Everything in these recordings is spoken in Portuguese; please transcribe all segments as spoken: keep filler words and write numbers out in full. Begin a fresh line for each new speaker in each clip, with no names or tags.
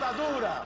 ditadura!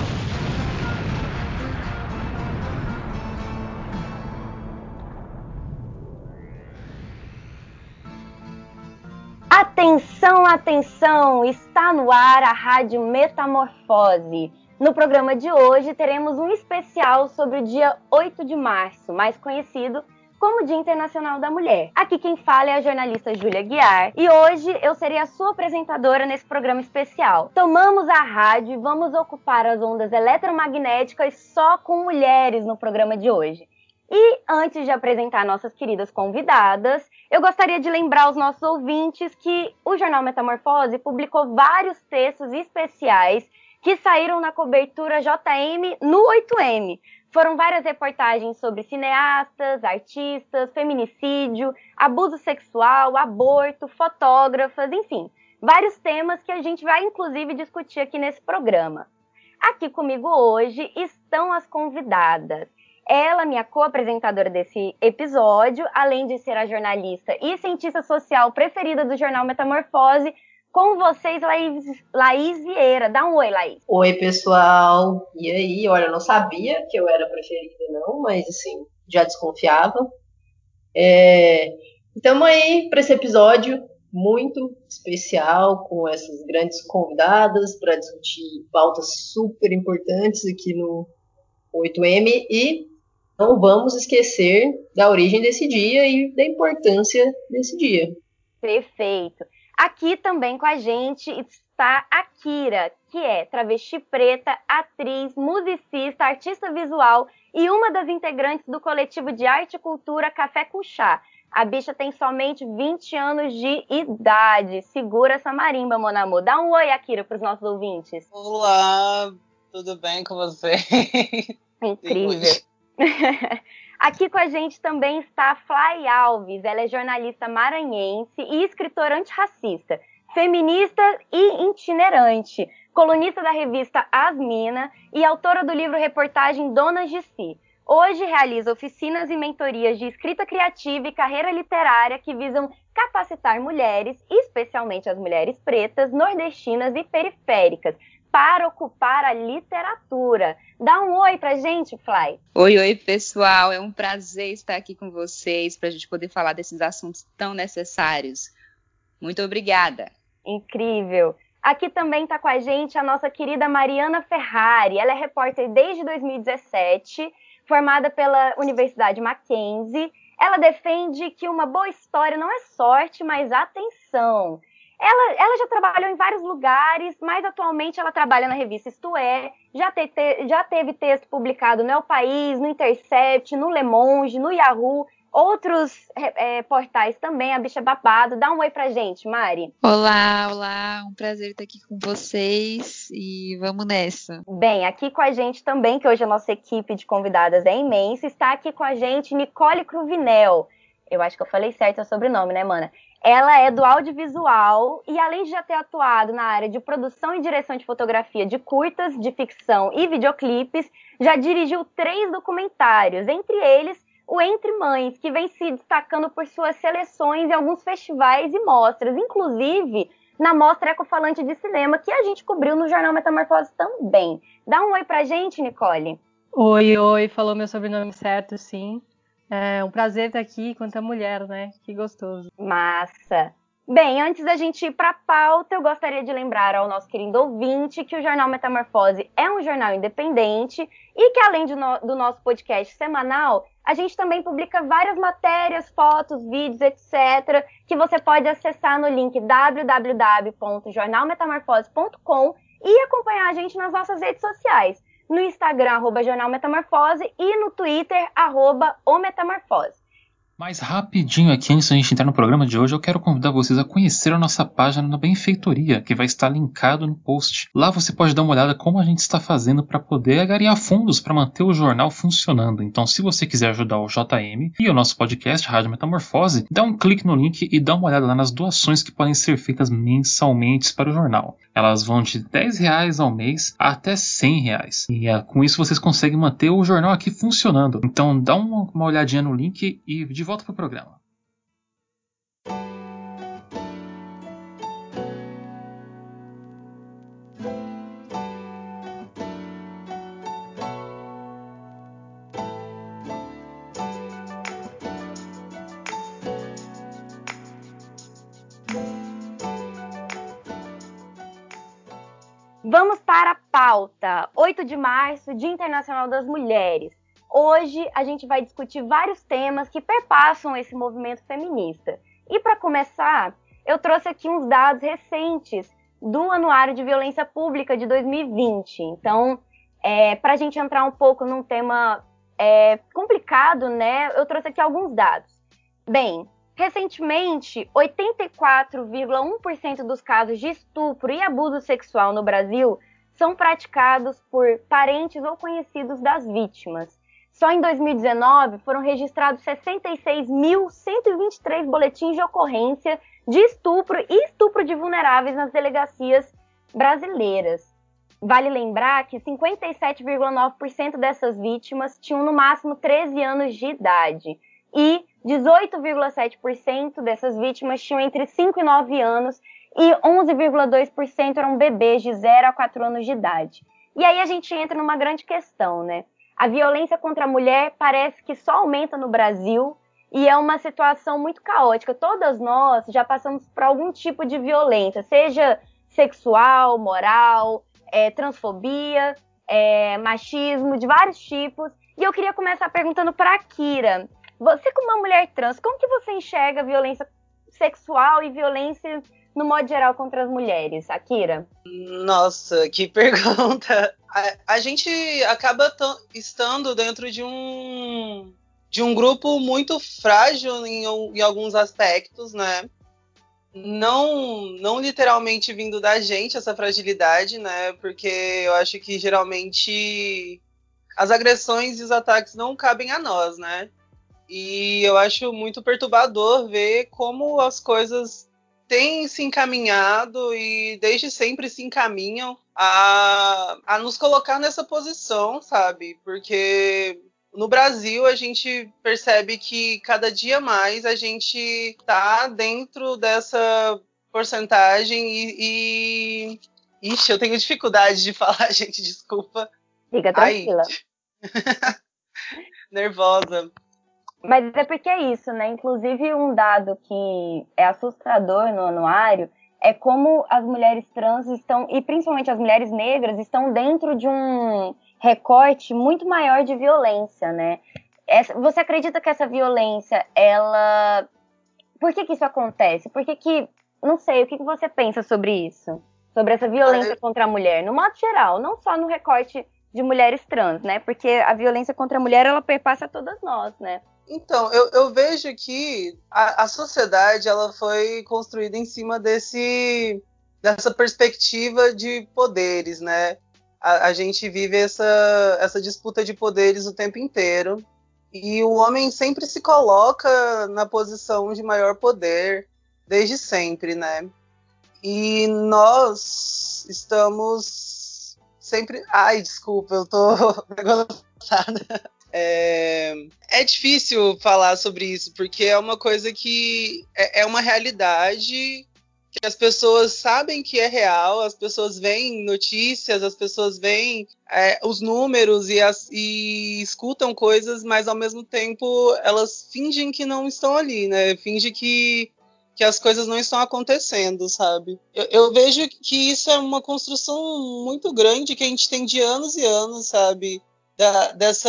Atenção, atenção! Está no ar a Rádio Metamorfose. No programa de hoje teremos um especial sobre o dia oito de março, mais conhecido como Dia Internacional da Mulher. Aqui quem fala é a jornalista Júlia Guiar e hoje eu serei a sua apresentadora nesse programa especial. Tomamos a rádio e vamos ocupar as ondas eletromagnéticas só com mulheres no programa de hoje. E antes de apresentar nossas queridas convidadas, eu gostaria de lembrar aos nossos ouvintes que o Jornal Metamorfose publicou vários textos especiais que saíram na cobertura J M no oito M. Foram várias reportagens sobre cineastas, artistas, feminicídio, abuso sexual, aborto, fotógrafas, enfim, vários temas que a gente vai inclusive discutir aqui nesse programa. Aqui comigo hoje estão as convidadas. Ela, minha co-apresentadora desse episódio, além de ser a jornalista e cientista social preferida do Jornal Metamorfose, com vocês, Laís, Laís Vieira. Dá um oi, Laís.
Oi, pessoal. E aí? Olha, eu não sabia que eu era preferida, não, mas, assim, já desconfiava. É... Estamos aí para esse episódio muito especial, com essas grandes convidadas para discutir pautas super importantes aqui no oito M e não vamos esquecer da origem desse dia e da importância desse dia.
Perfeito. Aqui também com a gente está a Kira, que é travesti preta, atriz, musicista, artista visual e uma das integrantes do coletivo de arte e cultura Café com Chá. A bicha tem somente vinte anos de idade. Segura essa marimba, mon amor. Dá um oi, Akira, para os nossos ouvintes.
Olá, tudo bem com você?
Incrível. Aqui com a gente também está a Fly Alves. Ela é jornalista maranhense e escritora antirracista, feminista e itinerante, colunista da revista Asmina e autora do livro reportagem Donas de Si. Hoje realiza oficinas e mentorias de escrita criativa e carreira literária que visam capacitar mulheres, especialmente as mulheres pretas, nordestinas e periféricas, para ocupar a literatura. Dá um oi pra gente, Fly.
Oi, oi, pessoal. É um prazer estar aqui com vocês para a gente poder falar desses assuntos tão necessários. Muito obrigada.
Incrível. Aqui também está com a gente a nossa querida Mariana Ferrari. Ela é repórter desde dois mil e dezessete, formada pela Universidade Mackenzie. Ela defende que uma boa história não é sorte, mas atenção. Ela, ela já trabalhou em vários lugares, mas atualmente ela trabalha na revista Isto É, já, te, te, já teve texto publicado no El País, no Intercept, no Le Monde, no Yahoo, outros é, portais também, a bicha babado. Dá um oi pra gente, Mari.
Olá, olá, um prazer estar aqui com vocês e vamos nessa.
Bem, aqui com a gente também, que hoje a nossa equipe de convidadas é imensa, está aqui com a gente Nicole Cruvinel. Eu acho que eu falei certo o sobrenome, né, mana? Ela é do audiovisual e, além de já ter atuado na área de produção e direção de fotografia de curtas, de ficção e videoclipes, já dirigiu três documentários, entre eles o Entre Mães, que vem se destacando por suas seleções em alguns festivais e mostras, inclusive na Mostra Ecofalante de Cinema, que a gente cobriu no Jornal Metamorfose também. Dá um oi pra gente, Nicole.
Oi, oi, falou meu sobrenome certo, sim. É um prazer estar aqui enquanto mulher, né? Que gostoso.
Massa! Bem, antes da gente ir para a pauta, eu gostaria de lembrar ao nosso querido ouvinte que o Jornal Metamorfose é um jornal independente e que, além de no, do nosso podcast semanal, a gente também publica várias matérias, fotos, vídeos, etcétera, que você pode acessar no link w w w ponto jornal metamorfose ponto com e acompanhar a gente nas nossas redes sociais, no Instagram, arroba Jornal Metamorfose, e no Twitter, arroba O Metamorfose.
Mas rapidinho aqui, antes da gente entrar no programa de hoje, eu quero convidar vocês a conhecer a nossa página na Benfeitoria, que vai estar linkado no post. Lá você pode dar uma olhada como a gente está fazendo para poder angariar fundos para manter o jornal funcionando. Então, se você quiser ajudar o J M e o nosso podcast, Rádio Metamorfose, dá um clique no link e dá uma olhada lá nas doações que podem ser feitas mensalmente para o jornal. Elas vão de dez reais ao mês até cem reais. E é, com isso vocês conseguem manter o jornal aqui funcionando. Então, dá uma, uma olhadinha no link e de volta para o programa.
Vamos para a pauta. oito de março, Dia Internacional das Mulheres. Hoje a gente vai discutir vários temas que perpassam esse movimento feminista. E para começar, eu trouxe aqui uns dados recentes do Anuário de Violência Pública de dois mil e vinte. Então, é, para a gente entrar um pouco num tema é, complicado, né, eu trouxe aqui alguns dados. Bem, recentemente, oitenta e quatro vírgula um por cento dos casos de estupro e abuso sexual no Brasil são praticados por parentes ou conhecidos das vítimas. Só em dois mil e dezenove foram registrados sessenta e seis mil cento e vinte e três boletins de ocorrência de estupro e estupro de vulneráveis nas delegacias brasileiras. Vale lembrar que cinquenta e sete vírgula nove por cento dessas vítimas tinham no máximo treze anos de idade e dezoito vírgula sete por cento dessas vítimas tinham entre cinco e nove anos e onze vírgula dois por cento eram bebês de zero a quatro anos de idade. E aí a gente entra numa grande questão, né? A violência contra a mulher parece que só aumenta no Brasil e é uma situação muito caótica. Todas nós já passamos por algum tipo de violência, seja sexual, moral, é, transfobia, é, machismo, de vários tipos. E eu queria começar perguntando para a Kira. Você, como uma mulher trans, como que você enxerga a violência sexual e violência no modo geral contra as mulheres, Akira?
Nossa, que pergunta! A, a gente acaba t- estando dentro de um de um grupo muito frágil em, em alguns aspectos, né? Não, não literalmente vindo da gente essa fragilidade, né? Porque eu acho que geralmente as agressões e os ataques não cabem a nós, né? E eu acho muito perturbador ver como as coisas têm se encaminhado e desde sempre se encaminham a, a nos colocar nessa posição, sabe? Porque no Brasil a gente percebe que cada dia mais a gente tá dentro dessa porcentagem e, e... Ixi, eu tenho dificuldade de falar, gente, desculpa.
Fica tranquila.
Ai, nervosa.
Mas é porque é isso, né? Inclusive, um dado que é assustador no anuário é como as mulheres trans estão, e principalmente as mulheres negras, estão dentro de um recorte muito maior de violência, né? Essa, você acredita que essa violência, ela... Por que que isso acontece? Por que que... Não sei, o que que você pensa sobre isso? Sobre essa violência contra a mulher, no modo geral, não só no recorte de mulheres trans, né? Porque a violência contra a mulher, ela perpassa todas nós, né?
Então, eu, eu vejo que a, a sociedade ela foi construída em cima desse, dessa perspectiva de poderes, né? A, a gente vive essa, essa disputa de poderes o tempo inteiro e o homem sempre se coloca na posição de maior poder, desde sempre, né? E nós estamos sempre... Ai, desculpa, eu tô nervosada. É... é difícil falar sobre isso, porque é uma coisa que é, é uma realidade que as pessoas sabem que é real, as pessoas veem notícias, as pessoas veem é, os números e, as, e escutam coisas, mas ao mesmo tempo elas fingem que não estão ali, né? Fingem que, que as coisas não estão acontecendo, sabe? Eu, eu vejo que isso é uma construção muito grande que a gente tem de anos e anos, sabe? Da, dessa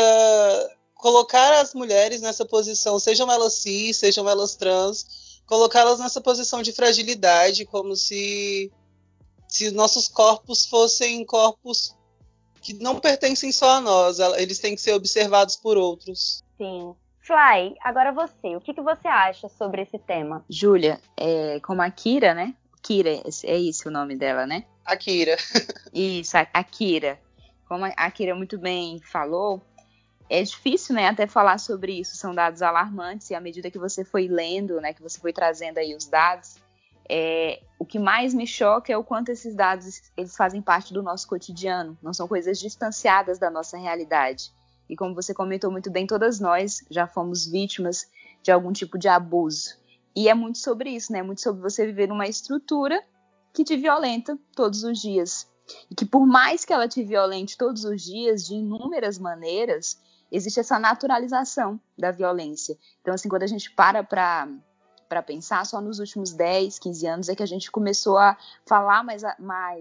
colocar as mulheres nessa posição, sejam elas cis, sejam elas trans, colocá-las nessa posição de fragilidade, como se se nossos corpos fossem corpos que não pertencem só a nós, eles têm que ser observados por outros.
Sim. Fly, agora você, o que, que você acha sobre esse tema?
Júlia, é, como a Kira, né? Kira, é isso o nome dela, né?
Akira.
Isso, a Kira. Como a Kira muito bem falou, é difícil, né, até falar sobre isso, são dados alarmantes, e à medida que você foi lendo, né, que você foi trazendo aí os dados, é, o que mais me choca é o quanto esses dados eles fazem parte do nosso cotidiano, não são coisas distanciadas da nossa realidade. E como você comentou muito bem, todas nós já fomos vítimas de algum tipo de abuso. E é muito sobre isso, né, muito sobre você viver numa estrutura que te violenta todos os dias. E que por mais que ela te violente todos os dias, de inúmeras maneiras, existe essa naturalização da violência. Então, assim, quando a gente para para para pensar, só nos últimos dez, quinze anos é que a gente começou a falar mais, mais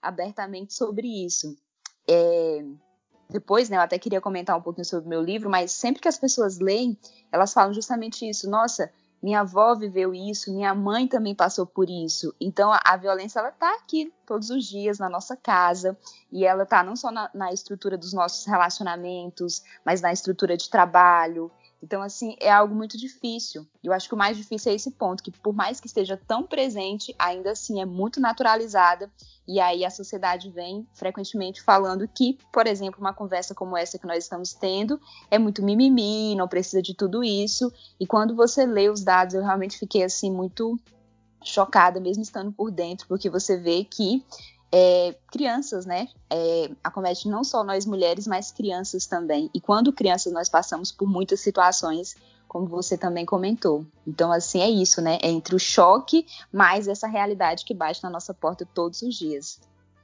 abertamente sobre isso. É, depois, né, eu até queria comentar um pouquinho sobre o meu livro, mas sempre que as pessoas leem, elas falam justamente isso. Nossa, minha avó viveu isso, minha mãe também passou por isso. Então, a, a violência, ela tá aqui todos os dias na nossa casa, e ela tá não só na, na estrutura dos nossos relacionamentos, mas na estrutura de trabalho. Então, assim, é algo muito difícil. Eu acho que o mais difícil é esse ponto, que por mais que esteja tão presente, ainda assim é muito naturalizada. E aí a sociedade vem frequentemente falando que, por exemplo, uma conversa como essa que nós estamos tendo é muito mimimi, não precisa de tudo isso. E quando você lê os dados, eu realmente fiquei, assim, muito chocada, mesmo estando por dentro, porque você vê que É, crianças, né, é, acomete não só nós mulheres, mas crianças também. E quando crianças nós passamos por muitas situações, como você também comentou. Então, assim, é isso, né, é entre o choque mais essa realidade que bate na nossa porta todos os dias.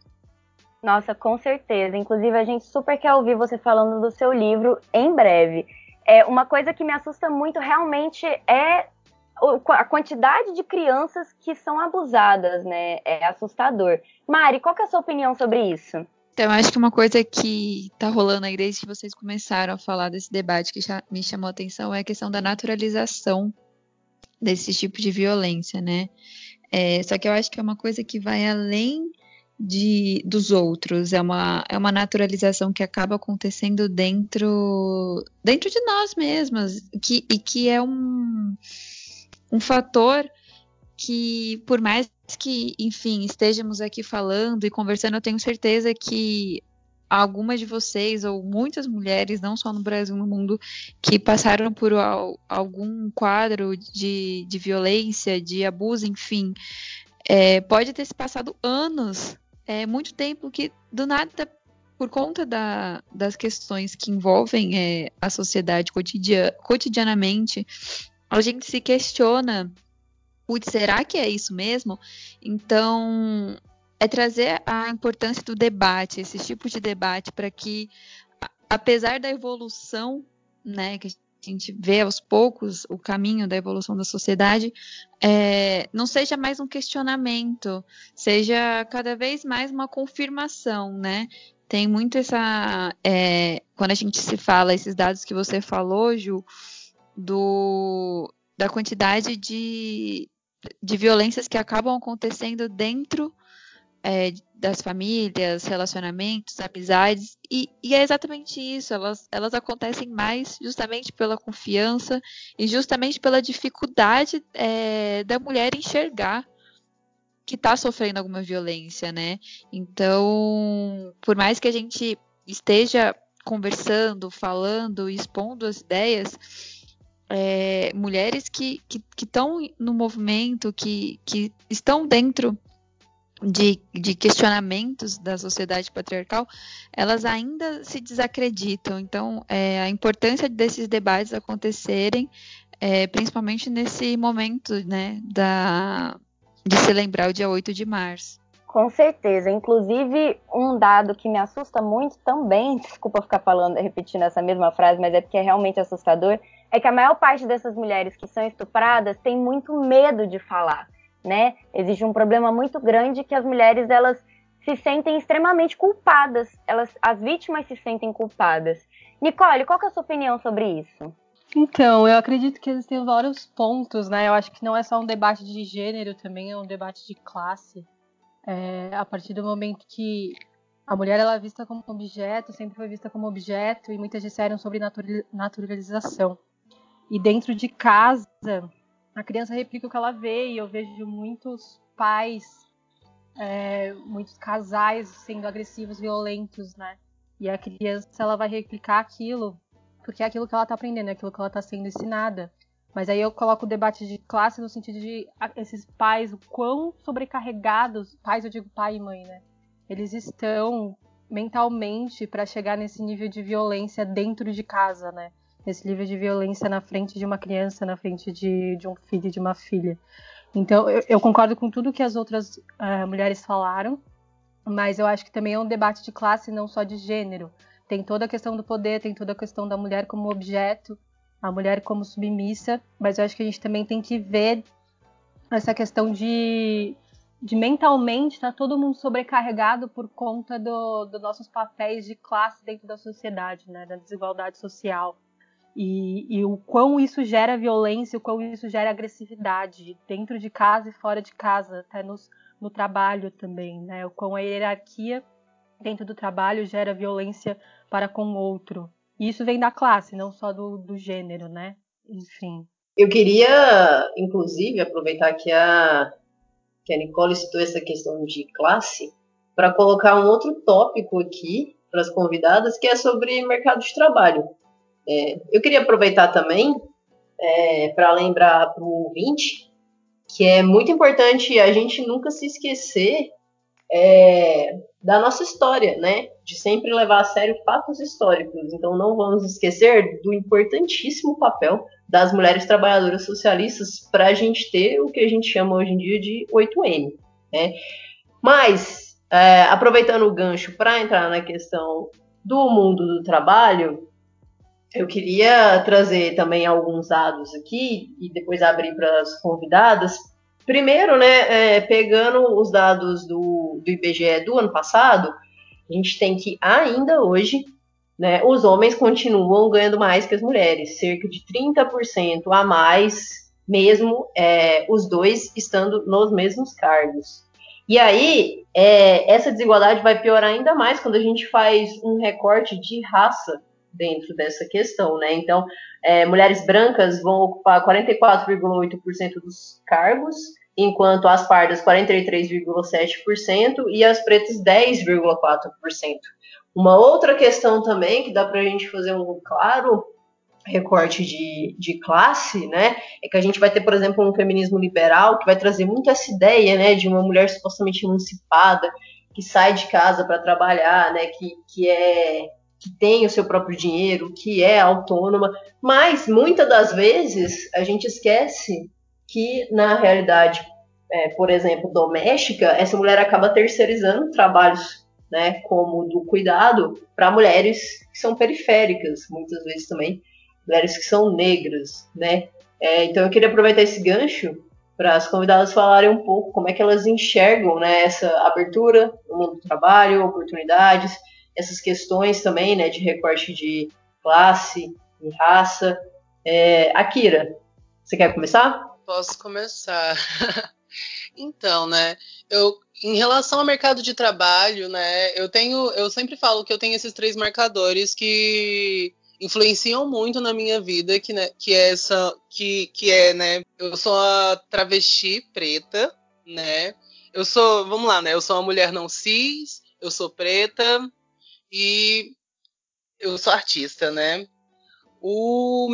Nossa, com certeza. Inclusive, a gente super quer ouvir você falando do seu livro em breve. É, uma coisa que me assusta muito realmente é a quantidade de crianças que são abusadas, né? É assustador. Mari, qual que é a sua opinião sobre isso?
Então, eu acho que uma coisa que tá rolando aí desde que vocês começaram a falar desse debate que me chamou a atenção é a questão da naturalização desse tipo de violência, né? É, só que eu acho que é uma coisa que vai além de, dos outros, é uma, é uma naturalização que acaba acontecendo dentro, dentro de nós mesmas, que, e que é um... um fator que, por mais que, enfim, estejamos aqui falando e conversando, eu tenho certeza que algumas de vocês, ou muitas mulheres, não só no Brasil, no mundo, que passaram por al- algum quadro de, de violência, de abuso, enfim, é, pode ter se passado anos, é, muito tempo que, do nada, por conta da, das questões que envolvem é, a sociedade cotidia- cotidianamente, a gente se questiona, putz, será que é isso mesmo? Então, é trazer a importância do debate, esse tipo de debate, para que, a- apesar da evolução, né, que a gente vê aos poucos o caminho da evolução da sociedade, é, não seja mais um questionamento, seja cada vez mais uma confirmação, né? Tem muito essa... é, quando a gente se fala, esses dados que você falou, Ju, do, da quantidade de, de violências que acabam acontecendo dentro é, das famílias, relacionamentos, amizades, e, e é exatamente isso, elas, elas acontecem mais justamente pela confiança e justamente pela dificuldade é, da mulher enxergar que está sofrendo alguma violência, né? Então, por mais que a gente esteja conversando, falando, expondo as ideias, é, mulheres que estão no movimento, que, que estão dentro de, de questionamentos da sociedade patriarcal, elas ainda se desacreditam. Então, é, a importância desses debates acontecerem, é, principalmente nesse momento, né, da, de se lembrar o dia oito de março.
Com certeza. Inclusive, um dado que me assusta muito também, desculpa ficar falando, repetindo essa mesma frase, mas é porque é realmente assustador, é que a maior parte dessas mulheres que são estupradas tem muito medo de falar, né? Existe um problema muito grande que as mulheres, elas se sentem extremamente culpadas. Elas, as vítimas se sentem culpadas. Nicole, qual que é a sua opinião sobre isso?
Então, eu acredito que existem vários pontos, né? Eu acho que não é só um debate de gênero, também é um debate de classe. É, a partir do momento que a mulher ela é vista como objeto, sempre foi vista como objeto, e muitas disseram sobre naturalização. E dentro de casa, a criança replica o que ela vê, e eu vejo muitos pais, é, muitos casais sendo agressivos, violentos, né? E a criança ela vai replicar aquilo, porque é aquilo que ela está aprendendo, é aquilo que ela está sendo ensinada. Mas aí eu coloco o debate de classe no sentido de esses pais, o quão sobrecarregados, pais eu digo pai e mãe, né? Eles estão mentalmente para chegar nesse nível de violência dentro de casa, né? Nesse nível de violência na frente de uma criança, na frente de, de um filho e de uma filha. Então eu, eu concordo com tudo que as outras uh, mulheres falaram, mas eu acho que também é um debate de classe, não só de gênero. Tem toda a questão do poder, tem toda a questão da mulher como objeto, a mulher como submissa, mas eu acho que a gente também tem que ver essa questão de, de mentalmente tá todo mundo sobrecarregado por conta do, dos nossos papéis de classe dentro da sociedade, né, da desigualdade social. E, e o quão isso gera violência, o quão isso gera agressividade dentro de casa e fora de casa, até nos, no trabalho também, né? O quão a hierarquia dentro do trabalho gera violência para com o outro. E isso vem da classe, não só do, do gênero, né? Enfim.
Eu queria, inclusive, aproveitar que a, que a Nicole citou essa questão de classe, para colocar um outro tópico aqui para as convidadas, que é sobre mercado de trabalho. É, eu queria aproveitar também é, para lembrar para o ouvinte que é muito importante a gente nunca se esquecer é, da nossa história, né? De sempre levar a sério fatos históricos. Então não vamos esquecer do importantíssimo papel das mulheres trabalhadoras socialistas para a gente ter o que a gente chama hoje em dia de oito ene. Né? Mas, é, aproveitando o gancho para entrar na questão do mundo do trabalho, eu queria trazer também alguns dados aqui e depois abrir para as convidadas. Primeiro, né, é, pegando os dados do, do I B G E do ano passado, a gente tem que ainda hoje, né, os homens continuam ganhando mais que as mulheres, cerca de trinta por cento a mais, mesmo é, os dois estando nos mesmos cargos. E aí, é, essa desigualdade vai piorar ainda mais quando a gente faz um recorte de raça dentro dessa questão, né? Então, é, mulheres brancas vão ocupar quarenta e quatro vírgula oito por cento dos cargos, enquanto as pardas quarenta e três vírgula sete por cento e as pretas dez vírgula quatro por cento. Uma outra questão também que dá para a gente fazer um claro recorte de, de classe, né, é que a gente vai ter, por exemplo, um feminismo liberal que vai trazer muito essa ideia, né, de uma mulher supostamente emancipada, que sai de casa para trabalhar, né, que, que é que tem o seu próprio dinheiro, que é autônoma, mas muitas das vezes a gente esquece que na realidade, é, por exemplo, doméstica, essa mulher acaba terceirizando trabalhos, né, como o do cuidado para mulheres que são periféricas, muitas vezes também, mulheres que são negras, né? É, então eu queria aproveitar esse gancho para as convidadas falarem um pouco como é que elas enxergam, né, essa abertura no mundo do trabalho, oportunidades, essas questões também, né, de recorte de classe e raça. É, Akira, você quer começar?
Posso começar. Então, né, eu, em relação ao mercado de trabalho, né, eu tenho, eu sempre falo que eu tenho esses três marcadores que influenciam muito na minha vida, que, né, que é essa, que, que é, né, eu sou uma travesti preta, né, eu sou, vamos lá, né, eu sou uma mulher não cis, eu sou preta e eu sou artista, né. O,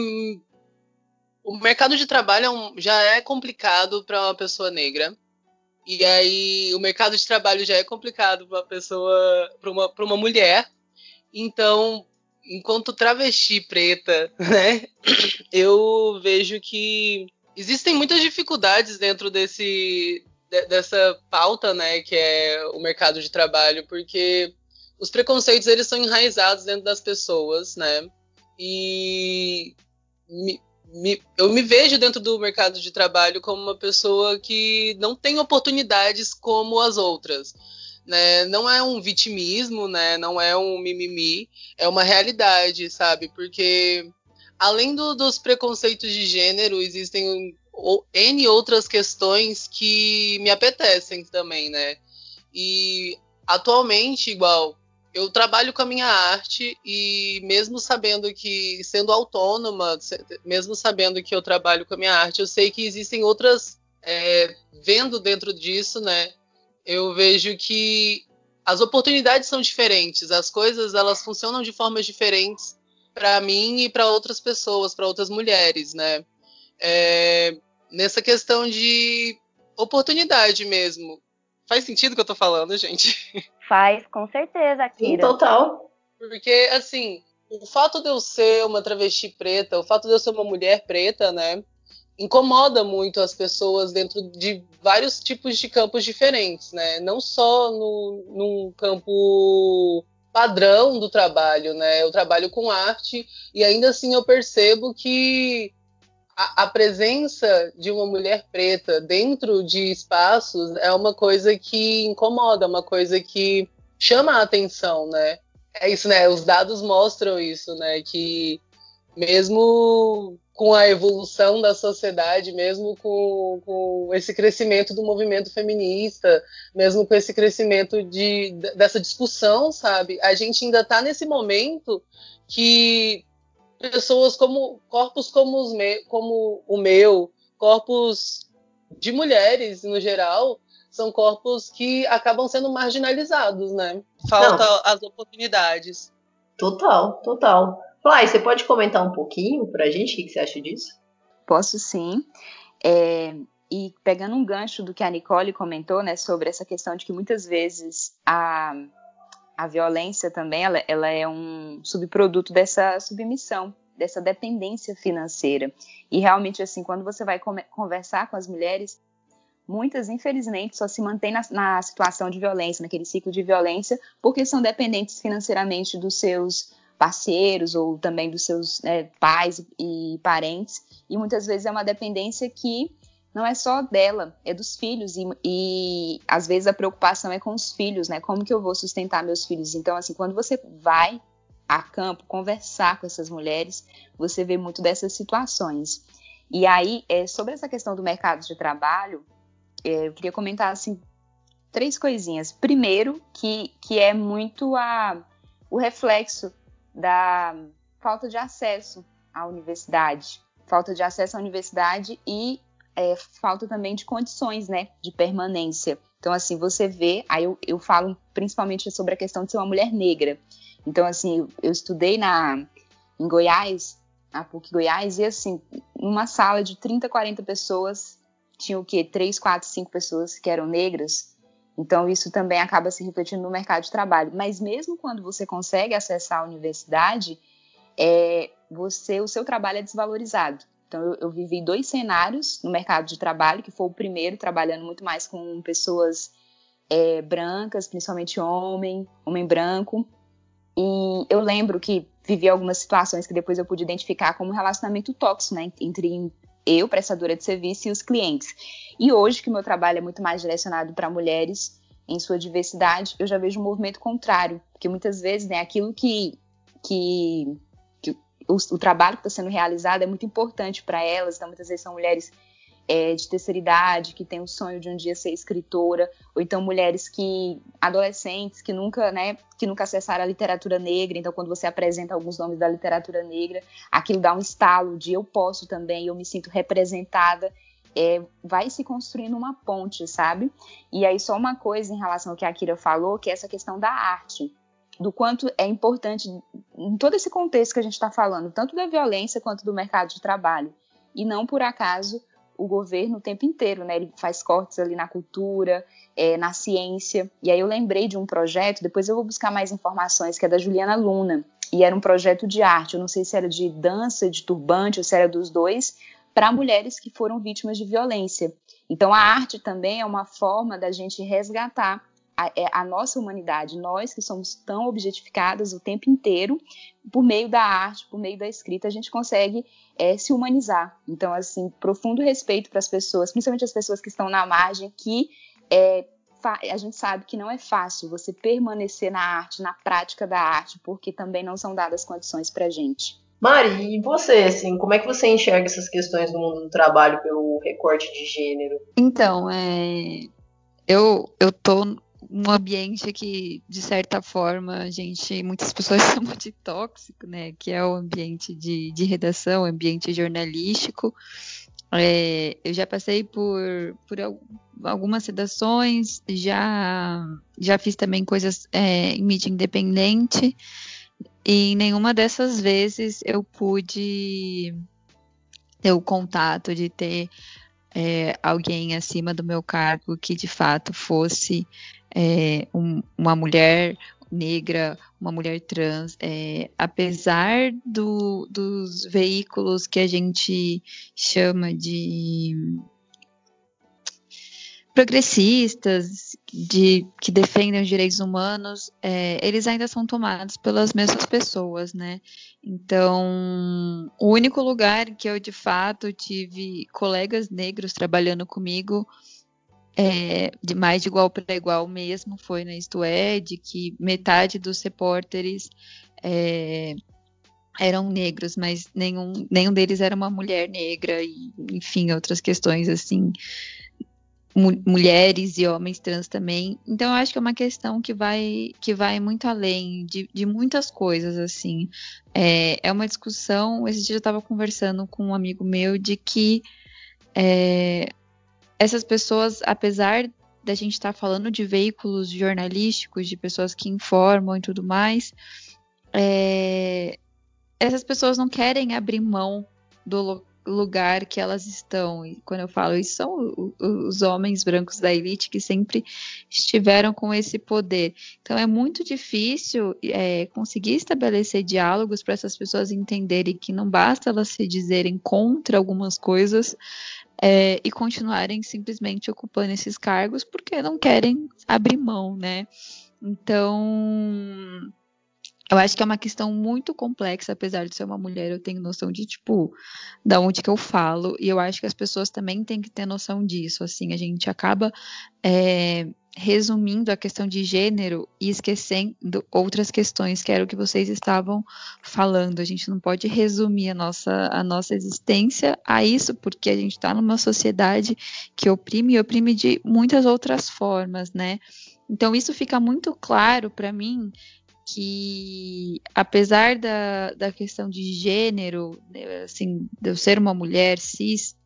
o mercado de trabalho é um, já é complicado para uma pessoa negra. E aí o mercado de trabalho já é complicado para uma pessoa, para uma, para uma mulher. Então, enquanto travesti preta, né, eu vejo que existem muitas dificuldades dentro desse de, dessa pauta, né, que é o mercado de trabalho, porque os preconceitos eles são enraizados dentro das pessoas, né? E me, me, eu me vejo dentro do mercado de trabalho como uma pessoa que não tem oportunidades como as outras, né? Não é um vitimismo, né? Não é um mimimi, é uma realidade, sabe? Porque além do, dos preconceitos de gênero, existem N outras questões que me apetecem também, né? E atualmente, igual, eu trabalho com a minha arte e mesmo sabendo que, sendo autônoma, mesmo sabendo que eu trabalho com a minha arte, eu sei que existem outras, é, vendo dentro disso, né, eu vejo que as oportunidades são diferentes, as coisas, elas funcionam de formas diferentes para mim e para outras pessoas, para outras mulheres, né, é, nessa questão de oportunidade mesmo. Faz sentido o que eu tô falando, gente?
Faz, com certeza, Akira.
Sim, total.
Porque, assim, o fato de eu ser uma travesti preta, o fato de eu ser uma mulher preta, né, incomoda muito as pessoas dentro de vários tipos de campos diferentes, né? Não só no, num campo padrão do trabalho, né? Eu trabalho com arte e ainda assim eu percebo que a, a presença de uma mulher preta dentro de espaços é uma coisa que incomoda, uma coisa que chama a atenção, né? É isso, né? Os dados mostram isso, né? Que mesmo com a evolução da sociedade, mesmo com, com esse crescimento do movimento feminista, mesmo com esse crescimento de, dessa discussão, sabe? A gente ainda está nesse momento que pessoas como corpos como, os me, como o meu, corpos de mulheres no geral, são corpos que acabam sendo marginalizados, né? Falta
Não.
as oportunidades.
Total, total. Fly, você pode comentar um pouquinho pra gente o que, que você acha disso?
Posso sim. É, e pegando um gancho do que a Nicole comentou, né, sobre essa questão de que muitas vezes a, a violência também ela, ela é um subproduto dessa submissão, dessa dependência financeira. E realmente, assim, quando você vai come, conversar com as mulheres, muitas, infelizmente, só se mantêm na, na situação de violência, naquele ciclo de violência, porque são dependentes financeiramente dos seus parceiros ou também dos seus né, pais e parentes. E muitas vezes é uma dependência que não é só dela, é dos filhos. E, e às vezes a preocupação é com os filhos, né? Como que eu vou sustentar meus filhos? Então, assim, quando você vai a campo conversar com essas mulheres, você vê muito dessas situações. E aí, é, sobre essa questão do mercado de trabalho, é, eu queria comentar, assim, três coisinhas. Primeiro, que, que é muito a, o reflexo da falta de acesso à universidade. Falta de acesso à universidade e é, falta também de condições, né, de permanência. Então, assim, você vê, aí eu, eu falo principalmente sobre a questão de ser uma mulher negra. Então, assim, eu, eu estudei na, em Goiás, na PUC Goiás, e assim, numa sala de trinta, quarenta pessoas, tinha o quê? três, quatro, cinco pessoas que eram negras. Então, isso também acaba se refletindo no mercado de trabalho. Mas mesmo quando você consegue acessar a universidade, é, você, o seu trabalho é desvalorizado. Então, eu, eu vivi dois cenários no mercado de trabalho, que foi o primeiro, trabalhando muito mais com pessoas é, brancas, principalmente homem, homem branco. E eu lembro que vivi algumas situações que depois eu pude identificar como um relacionamento tóxico, né, entre eu, prestadora de serviço, e os clientes. E hoje, que o meu trabalho é muito mais direcionado para mulheres em sua diversidade, eu já vejo um movimento contrário, porque muitas vezes, né, aquilo que, que, que o, o trabalho que está sendo realizado é muito importante para elas, então muitas vezes são mulheres é, de terceira idade, que têm o sonho de um dia ser escritora, ou então mulheres que, adolescentes, que nunca, né, que nunca acessaram a literatura negra, então quando você apresenta alguns nomes da literatura negra, aquilo dá um estalo de eu posso também, eu me sinto representada, é, vai se construindo uma ponte, sabe? E aí só uma coisa em relação ao que a Kira falou, que é essa questão da arte, do quanto é importante, em todo esse contexto que a gente está falando, tanto da violência quanto do mercado de trabalho, e não por acaso o governo o tempo inteiro, né? Ele faz cortes ali na cultura, é, na ciência. E aí eu lembrei de um projeto, depois eu vou buscar mais informações, que é da Juliana Luna. E era um projeto de arte, eu não sei se era de dança, de turbante, ou se era dos dois, para mulheres que foram vítimas de violência. Então a arte também é uma forma da gente resgatar a, a nossa humanidade, nós que somos tão objetificadas o tempo inteiro, por meio da arte, por meio da escrita, a gente consegue é, se humanizar. Então, assim, profundo respeito para as pessoas, principalmente as pessoas que estão na margem, que é, a gente sabe que não é fácil você permanecer na arte, na prática da arte, porque também não são dadas condições para a gente.
Mari, e você, assim, como é que você enxerga essas questões do mundo do trabalho pelo recorte de gênero?
Então, é... eu, eu tô num ambiente que, de certa forma, a gente, muitas pessoas chamam de tóxico, né? Que é o ambiente de, de redação, o ambiente jornalístico. É, eu já passei por, por algumas redações, já, já fiz também coisas é, em mídia independente, e em nenhuma dessas vezes eu pude ter o contato de ter é, alguém acima do meu cargo que de fato fosse é, um, uma mulher negra, uma mulher trans, é, apesar do, dos veículos que a gente chama de progressistas, de, que defendem os direitos humanos, é, eles ainda são tomados pelas mesmas pessoas, né? Então, o único lugar que eu de fato tive colegas negros trabalhando comigo é, de mais de igual para igual mesmo foi na Isto É, de que metade dos repórteres é, eram negros, mas nenhum, nenhum deles era uma mulher negra e, enfim, outras questões assim, mu- mulheres e homens trans também. Então eu acho que é uma questão que vai, que vai muito além de, de muitas coisas, assim. É, é uma discussão, esse dia eu estava conversando com um amigo meu de que é, essas pessoas, apesar da gente estar falando de veículos jornalísticos, de pessoas que informam e tudo mais, é, essas pessoas não querem abrir mão do lo- lugar que elas estão. E quando eu falo isso, são o- o- os homens brancos da elite que sempre estiveram com esse poder. Então é muito difícil é, conseguir estabelecer diálogos para essas pessoas entenderem que não basta elas se dizerem contra algumas coisas é, e continuarem simplesmente ocupando esses cargos porque não querem abrir mão, né? Então, eu acho que é uma questão muito complexa, apesar de ser uma mulher, eu tenho noção de, tipo, da onde que eu falo, e eu acho que as pessoas também têm que ter noção disso, assim, a gente acaba é, resumindo a questão de gênero e esquecendo outras questões, que era o que vocês estavam falando, a gente não pode resumir a nossa, a nossa existência a isso, porque a gente está numa sociedade que oprime e oprime de muitas outras formas, né? Então isso fica muito claro para mim, que apesar da, da questão de gênero, né, assim, de eu ser uma mulher cis,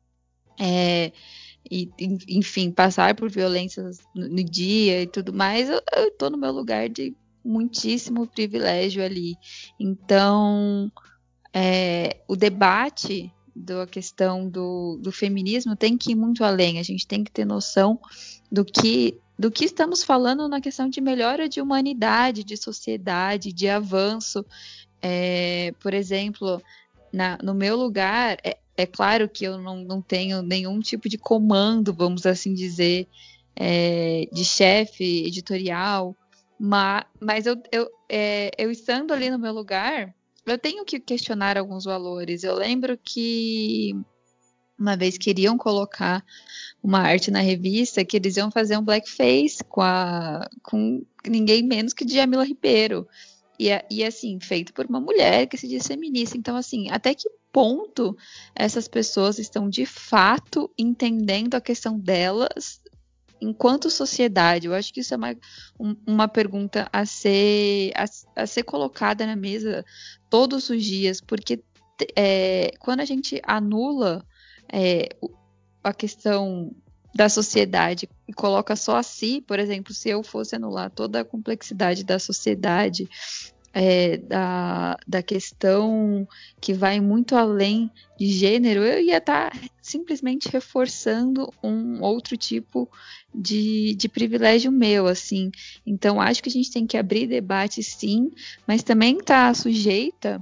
é, e, enfim, passar por violências no, no dia e tudo mais, eu, eu tô no meu lugar de muitíssimo privilégio ali. Então, é, o debate da questão do, do feminismo tem que ir muito além. A gente tem que ter noção do que, do que estamos falando na questão de melhora de humanidade, de sociedade, de avanço. É, por exemplo, na, no meu lugar, é, é claro que eu não, não tenho nenhum tipo de comando, vamos assim dizer, é, de chefe editorial, mas, mas eu, eu, é, eu estando ali no meu lugar, eu tenho que questionar alguns valores. Eu lembro que uma vez queriam colocar uma arte na revista que eles iam fazer um blackface com, a, com ninguém menos que Djamila Ribeiro. E, e assim, feito por uma mulher que se diz feminista. Então, assim, até que ponto essas pessoas estão de fato entendendo a questão delas enquanto sociedade? Eu acho que isso é uma, um, uma pergunta a ser, a, a ser colocada na mesa todos os dias, porque é, quando a gente anula é, a questão da sociedade e coloca só a si, por exemplo, se eu fosse anular toda a complexidade da sociedade, é, da, da questão que vai muito além de gênero, eu ia estar tá simplesmente reforçando um outro tipo de, de privilégio meu, assim. Então, acho que a gente tem que abrir debate, sim, mas também está sujeita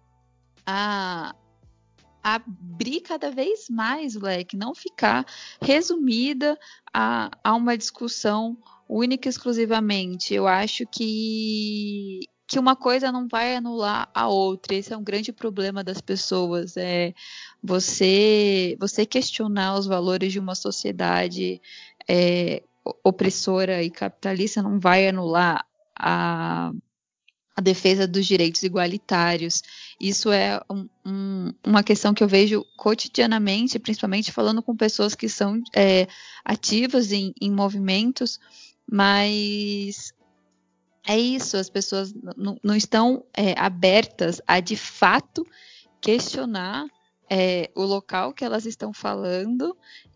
a abrir cada vez mais o leque, não ficar resumida a, a uma discussão única e exclusivamente. Eu acho que, que uma coisa não vai anular a outra. Esse é um grande problema das pessoas. É você, você questionar os valores de uma sociedade é, opressora e capitalista não vai anular a a defesa dos direitos igualitários. Isso é um, um, uma questão que eu vejo cotidianamente, principalmente falando com pessoas que são é, ativas em, em movimentos, mas é isso, as pessoas não estão é, abertas a, de fato, questionar é, o local que elas estão falando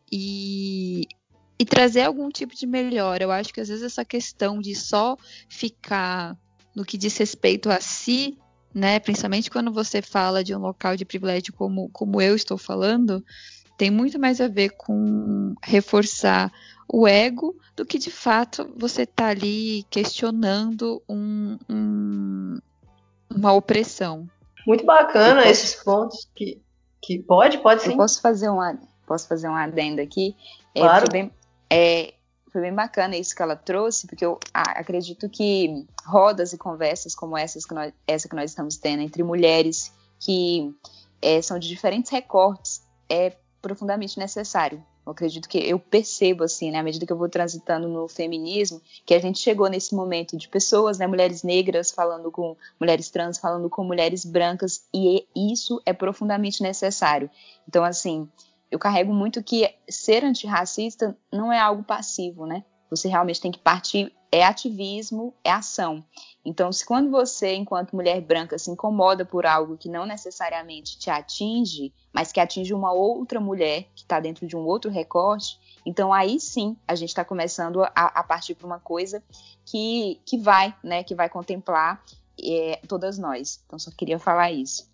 e, e trazer algum tipo de melhora. Eu acho que, às vezes, essa questão de só ficar no que diz respeito a si, né, principalmente quando você fala de um local de privilégio como, como eu estou falando, tem muito mais a ver com reforçar o ego do que, de fato, você está ali questionando um, um, uma opressão.
Muito bacana posso... esses pontos que, que pode, pode sim.
Eu posso fazer um, posso fazer um adendo aqui?
Claro.
É, foi bem, é, foi bem bacana isso que ela trouxe, porque eu ah, acredito que rodas e conversas como essas que nós, essa que nós estamos tendo entre mulheres que é, são de diferentes recortes, é profundamente necessário. Eu acredito que eu percebo, assim, né, à medida que eu vou transitando no feminismo, que a gente chegou nesse momento de pessoas, né, mulheres negras falando com mulheres trans, falando com mulheres brancas, e isso é profundamente necessário. Então, assim, eu carrego muito que ser antirracista não é algo passivo, né? Você realmente tem que partir, é ativismo, é ação. Então, se quando você, enquanto mulher branca, se incomoda por algo que não necessariamente te atinge, mas que atinge uma outra mulher que está dentro de um outro recorte, então aí sim a gente está começando a, a partir para uma coisa que, que vai, né, que vai contemplar é, todas nós. Então, só queria falar isso.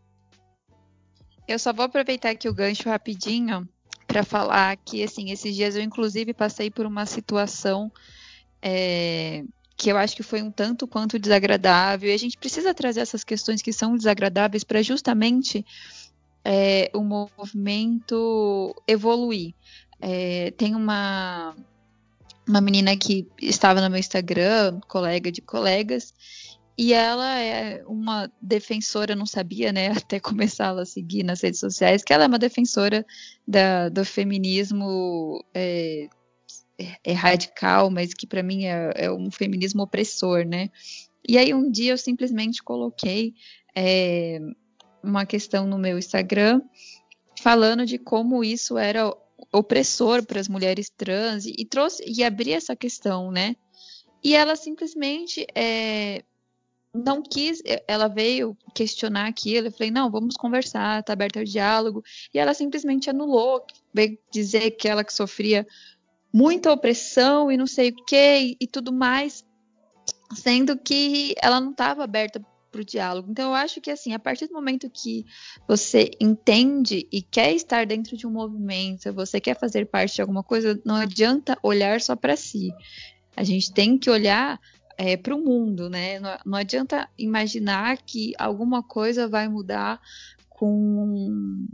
Eu só vou aproveitar aqui o gancho rapidinho para falar que, assim, esses dias eu inclusive passei por uma situação é, que eu acho que foi um tanto quanto desagradável, e a gente precisa trazer essas questões que são desagradáveis para justamente é, o movimento evoluir. É, tem uma, uma menina que estava no meu Instagram, colega de colegas, e ela é uma defensora, não sabia, né, até começar a seguir nas redes sociais, que ela é uma defensora da, do feminismo é, é radical, mas que para mim é, é um feminismo opressor, né? E aí um dia eu simplesmente coloquei é, uma questão no meu Instagram falando de como isso era opressor para as mulheres trans e, e trouxe e abri essa questão, né? E ela simplesmente é, não quis, ela veio questionar aquilo, eu falei, não, vamos conversar, tá aberto ao diálogo, e ela simplesmente anulou, veio dizer que ela que sofria muita opressão e não sei o que, e, e tudo mais, sendo que ela não estava aberta para o diálogo. Então eu acho que assim, a partir do momento que você entende e quer estar dentro de um movimento, você quer fazer parte de alguma coisa, não adianta olhar só para si. A gente tem que olhar é, para o mundo, né? Não, não adianta imaginar que alguma coisa vai mudar com,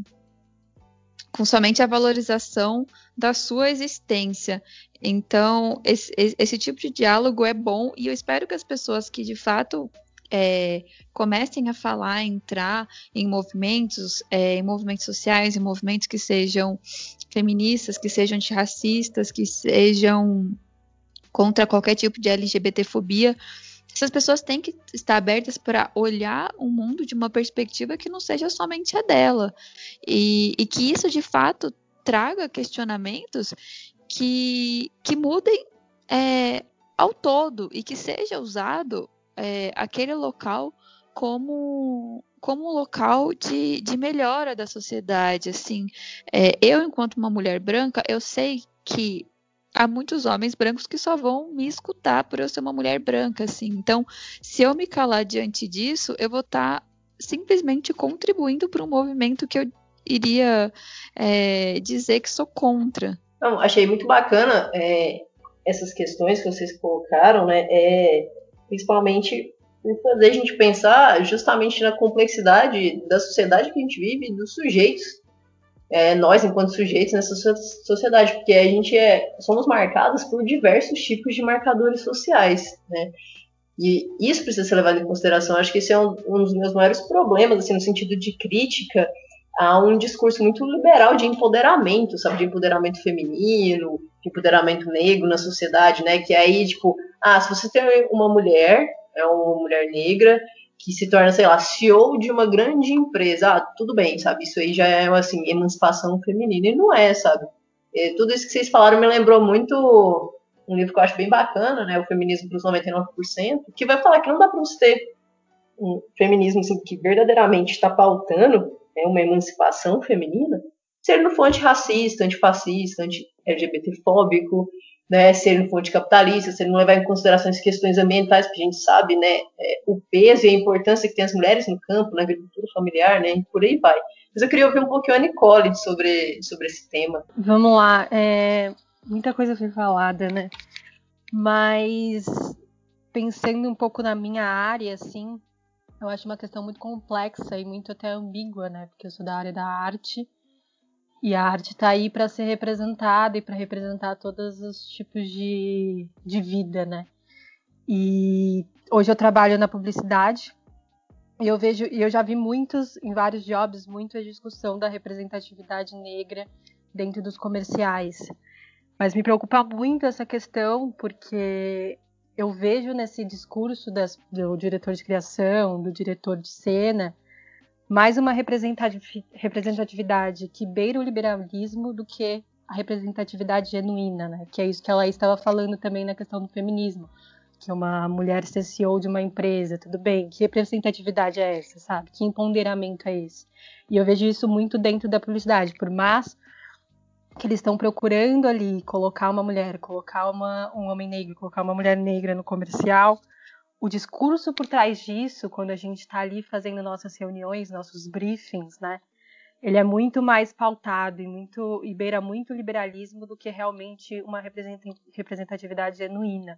com somente a valorização da sua existência. Então, esse, esse tipo de diálogo é bom e eu espero que as pessoas que de fato é, comecem a falar, a entrar em movimentos, é, em movimentos sociais, em movimentos que sejam feministas, que sejam antirracistas, que sejam contra qualquer tipo de LGBTfobia, essas pessoas têm que estar abertas para olhar o mundo de uma perspectiva que não seja somente a dela. E, e que isso, de fato, traga questionamentos que, que mudem é, ao todo e que seja usado é, aquele local como, como um local de, de melhora da sociedade. Assim, é, eu, enquanto uma mulher branca, eu sei que há muitos homens brancos que só vão me escutar por eu ser uma mulher branca, assim. Então, se eu me calar diante disso, eu vou estar tá simplesmente contribuindo para um movimento que eu iria é, dizer que sou contra.
Não, achei muito bacana é, essas questões que vocês colocaram, né? É, principalmente por fazer a gente pensar justamente na complexidade da sociedade que a gente vive, dos sujeitos. É, nós, enquanto sujeitos nessa sociedade, porque a gente é, somos marcados por diversos tipos de marcadores sociais, né? E isso precisa ser levado em consideração. Acho que esse é um, um dos meus maiores problemas, assim, no sentido de crítica a um discurso muito liberal de empoderamento, sabe? De empoderamento feminino, de empoderamento negro na sociedade, né? Que aí, tipo, ah, se você tem uma mulher, é uma mulher negra, que se torna, sei lá, C E O de uma grande empresa, ah, tudo bem, sabe? Isso aí já é, assim, emancipação feminina. E não é, sabe? E tudo isso que vocês falaram me lembrou muito um livro que eu acho bem bacana, né? O Feminismo para os noventa e nove por cento, que vai falar que não dá para você ter um feminismo assim, que verdadeiramente está pautando né, uma emancipação feminina, se ele não for antirracista, antifascista, anti-L G B T-fóbico, né, se ele não for anticapitalista, se ele não levar em consideração as questões ambientais, porque a gente sabe né, é, o peso e a importância que tem as mulheres no campo, na agricultura familiar, né, e por aí vai. Mas eu queria ouvir um pouquinho a Nicole sobre, sobre esse tema.
Vamos lá, é, muita coisa foi falada, né? Mas pensando um pouco na minha área, assim, eu acho uma questão muito complexa e muito até ambígua, né? Porque eu sou da área da arte e a arte está aí para ser representada e para representar todos os tipos de, de vida, né? E hoje eu trabalho na publicidade E eu vejo, e eu já vi muitos, em vários jobs, muita discussão da representatividade negra dentro dos comerciais. Mas me preocupa muito essa questão, porque eu vejo nesse discurso das, do diretor de criação, do diretor de cena, mais uma representatividade que beira o liberalismo do que a representatividade genuína, né? Que é isso que ela estava falando também na questão do feminismo. Que uma mulher ser C E O de uma empresa, tudo bem, que representatividade é essa, sabe? Que empoderamento é esse? E eu vejo isso muito dentro da publicidade, por mais que eles estão procurando ali colocar uma mulher, colocar uma, um homem negro, colocar uma mulher negra no comercial, o discurso por trás disso, quando a gente está ali fazendo nossas reuniões, nossos briefings, né? Ele é muito mais pautado e, muito, e beira muito o liberalismo do que realmente uma representatividade genuína.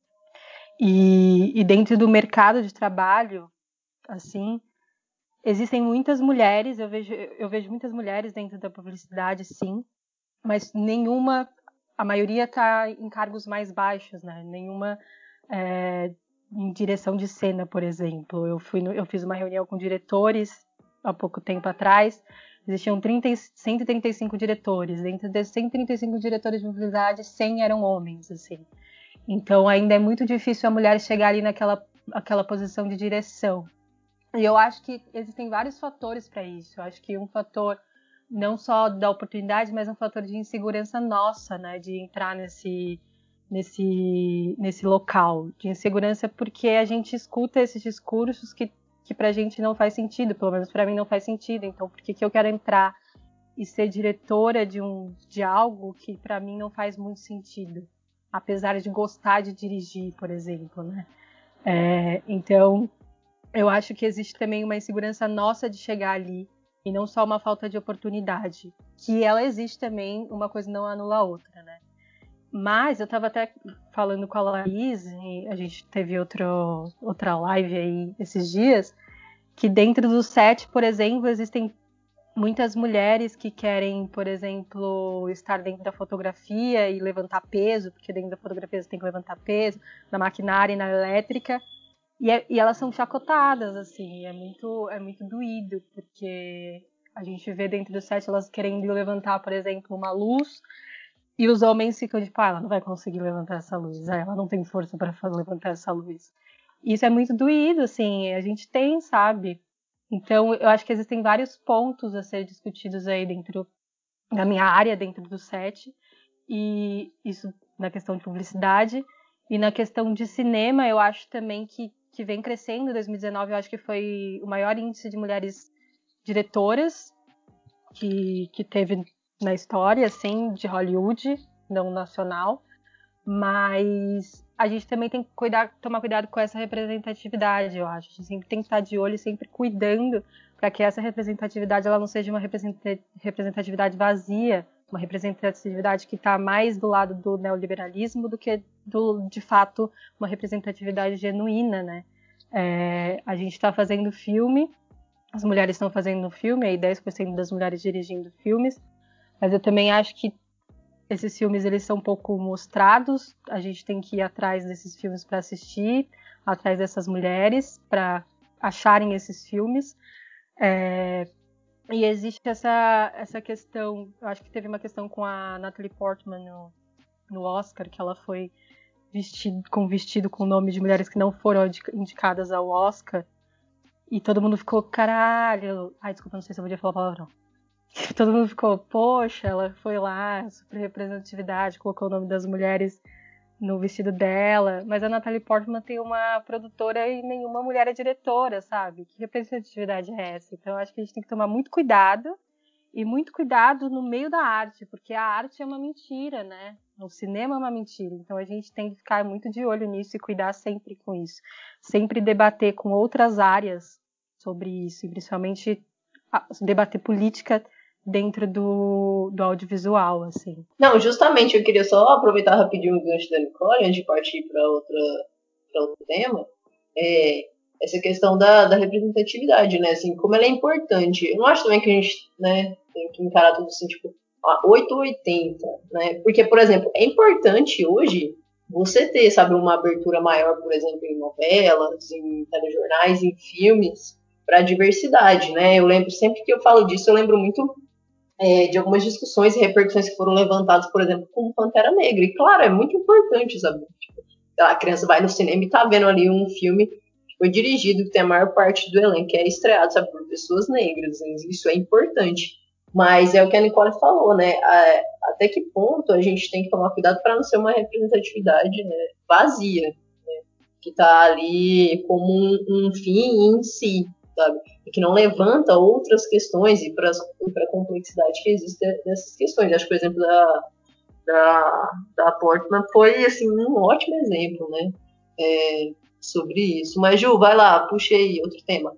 E, e dentro do mercado de trabalho, assim, existem muitas mulheres, eu vejo, eu vejo muitas mulheres dentro da publicidade, sim, mas nenhuma, a maioria está em cargos mais baixos, né? Nenhuma é, em direção de cena, por exemplo. Eu, fui no, eu fiz uma reunião com diretores há pouco tempo atrás, existiam trinta, cento e trinta e cinco diretores, dentro desses cento e trinta e cinco diretores de publicidade, cem eram homens, assim. Então, ainda é muito difícil a mulher chegar ali naquela aquela posição de direção. E eu acho que existem vários fatores para isso. Eu acho que um fator não só da oportunidade, mas um fator de insegurança nossa, né? De entrar nesse, nesse, nesse local. De insegurança porque a gente escuta esses discursos que, que pra gente não faz sentido. Pelo menos para mim não faz sentido. Então, por que, que eu quero entrar e ser diretora de, um, de algo que para mim não faz muito sentido? Apesar de gostar de dirigir, por exemplo, né? É, então, eu acho que existe também uma insegurança nossa de chegar ali, e não só uma falta de oportunidade, que ela existe também, uma coisa não anula a outra, né? Mas eu estava até falando com a Laís, e a gente teve outro, outra live aí esses dias, que dentro do set, por exemplo, existem muitas mulheres que querem, por exemplo, estar dentro da fotografia e levantar peso, porque dentro da fotografia você tem que levantar peso, na maquinária e na elétrica, e, é, e elas são chacotadas, assim, é muito, é muito doído, porque a gente vê dentro do set elas querendo levantar, por exemplo, uma luz, e os homens ficam tipo, ah, ela não vai conseguir levantar essa luz, ela não tem força para levantar essa luz. E isso é muito doído, assim, a gente tem, sabe? Então, eu acho que existem vários pontos a ser discutidos aí dentro da minha área, dentro do set, e isso na questão de publicidade. E na questão de cinema, eu acho também que, que vem crescendo. Em dois mil e dezenove, eu acho que foi o maior índice de mulheres diretoras que, que teve na história, assim, de Hollywood, não nacional. Mas a gente também tem que cuidar, tomar cuidado com essa representatividade, eu acho. A gente sempre tem que estar de olho, sempre cuidando para que essa representatividade ela não seja uma representatividade vazia, uma representatividade que está mais do lado do neoliberalismo do que, do, de fato, uma representatividade genuína, né? É, a gente está fazendo filme, as mulheres estão fazendo filme, aí dez por cento das mulheres dirigindo filmes, mas eu também acho que esses filmes eles são um pouco mostrados, a gente tem que ir atrás desses filmes para assistir, atrás dessas mulheres, para acharem esses filmes. É, e existe essa, essa questão, eu acho que teve uma questão com a Natalie Portman no, no Oscar, que ela foi vestido, com vestido com o nome de mulheres que não foram indicadas ao Oscar, e todo mundo ficou, caralho, ai, desculpa, não sei se eu podia falar palavrão. Todo mundo ficou, poxa, ela foi lá, super representatividade, colocou o nome das mulheres no vestido dela, mas a Natalie Portman tem uma produtora e nenhuma mulher é diretora, sabe? Que representatividade é essa? Então eu acho que a gente tem que tomar muito cuidado, e muito cuidado no meio da arte, porque a arte é uma mentira, né? O cinema é uma mentira, então a gente tem que ficar muito de olho nisso e cuidar sempre com isso. Sempre debater com outras áreas sobre isso, e principalmente debater política dentro do, do audiovisual, assim.
Não, justamente, eu queria só aproveitar rapidinho o gancho da Nicole, antes de partir para outra, para outro tema, é, essa questão da, da representatividade, né, assim, como ela é importante. Eu não acho também que a gente, né, tem que encarar tudo assim, tipo, oito ou oitenta, né, porque, por exemplo, é importante hoje você ter, sabe, uma abertura maior, por exemplo, em novelas, em telejornais, em filmes, para a diversidade, né? Eu lembro, sempre que eu falo disso, eu lembro muito é, de algumas discussões e repercussões que foram levantadas, por exemplo, com Pantera Negra. E, claro, é muito importante, sabe? Tipo, a criança vai no cinema e tá vendo ali um filme que foi dirigido, que tem a maior parte do elenco, que é estreado, sabe, por pessoas negras. Isso é importante. Mas é o que a Nicole falou, né? Até que ponto a gente tem que tomar cuidado para não ser uma representatividade, né, vazia, né? Que está ali como um, um fim em si, sabe? E que não levanta outras questões e para a complexidade que existe nessas questões. Acho que o exemplo da, da, da Portman foi assim, um ótimo exemplo, né? É, sobre isso. Mas, Ju, vai lá, puxa aí outro tema.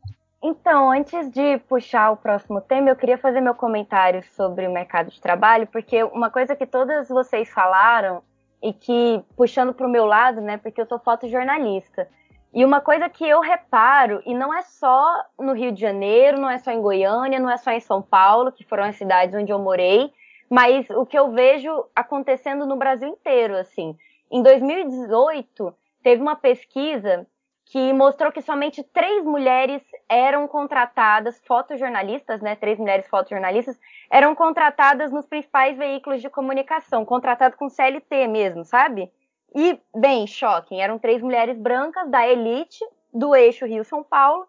Então, antes de puxar o próximo tema, eu queria fazer meu comentário sobre o mercado de trabalho, porque uma coisa que todas vocês falaram, e que, puxando para o meu lado, né, porque eu sou fotojornalista, e uma coisa que eu reparo, e não é só no Rio de Janeiro, não é só em Goiânia, não é só em São Paulo, que foram as cidades onde eu morei, mas o que eu vejo acontecendo no Brasil inteiro, assim. Em dois mil e dezoito, teve uma pesquisa que mostrou que somente três mulheres eram contratadas, fotojornalistas, né, três mulheres fotojornalistas, eram contratadas nos principais veículos de comunicação, contratadas com C L T mesmo, sabe? E, bem, choquem, eram três mulheres brancas da elite, do eixo Rio-São Paulo,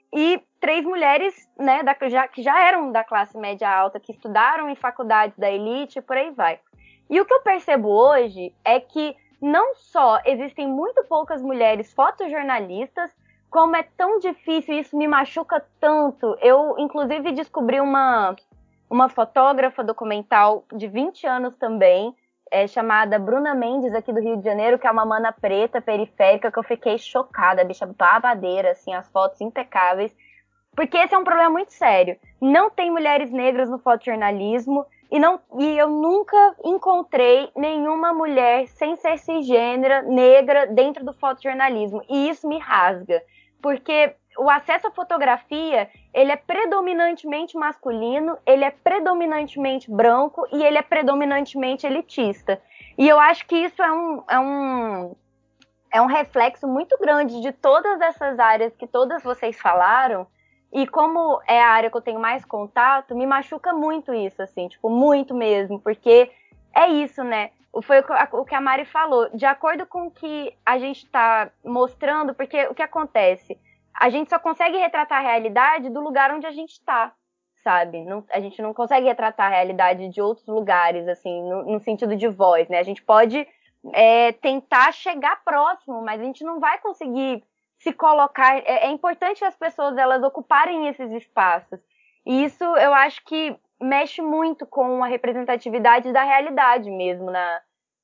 e três mulheres, né, da, já, que já eram da classe média alta, que estudaram em faculdades da elite, e por aí vai. E o que eu percebo hoje é que não só existem muito poucas mulheres fotojornalistas, como é tão difícil, isso me machuca tanto. Eu, inclusive, descobri uma, uma fotógrafa documental de vinte anos também, é, chamada Bruna Mendes, aqui do Rio de Janeiro, que é uma mana preta, periférica, que eu fiquei chocada, a bicha babadeira, assim, as fotos impecáveis. Porque esse é um problema muito sério. Não tem mulheres negras no fotojornalismo, E, não, e eu nunca encontrei nenhuma mulher sem ser cisgênera, negra, dentro do fotojornalismo. E isso me rasga. Porque o acesso à fotografia, ele é predominantemente masculino, ele é predominantemente branco e ele é predominantemente elitista. E eu acho que isso é um, é um, é um reflexo muito grande de todas essas áreas que todas vocês falaram. E como é a área que eu tenho mais contato, me machuca muito isso, assim, tipo, muito mesmo, porque é isso, né? Foi o que a Mari falou, de acordo com o que a gente está mostrando, porque o que acontece? A gente só consegue retratar a realidade do lugar onde a gente está, sabe? Não, a gente não consegue retratar a realidade de outros lugares, assim, no, no sentido de voz, né? A gente pode é, tentar chegar próximo, mas a gente não vai conseguir se colocar, é, é importante as pessoas elas ocuparem esses espaços. E isso eu acho que mexe muito com a representatividade da realidade mesmo na,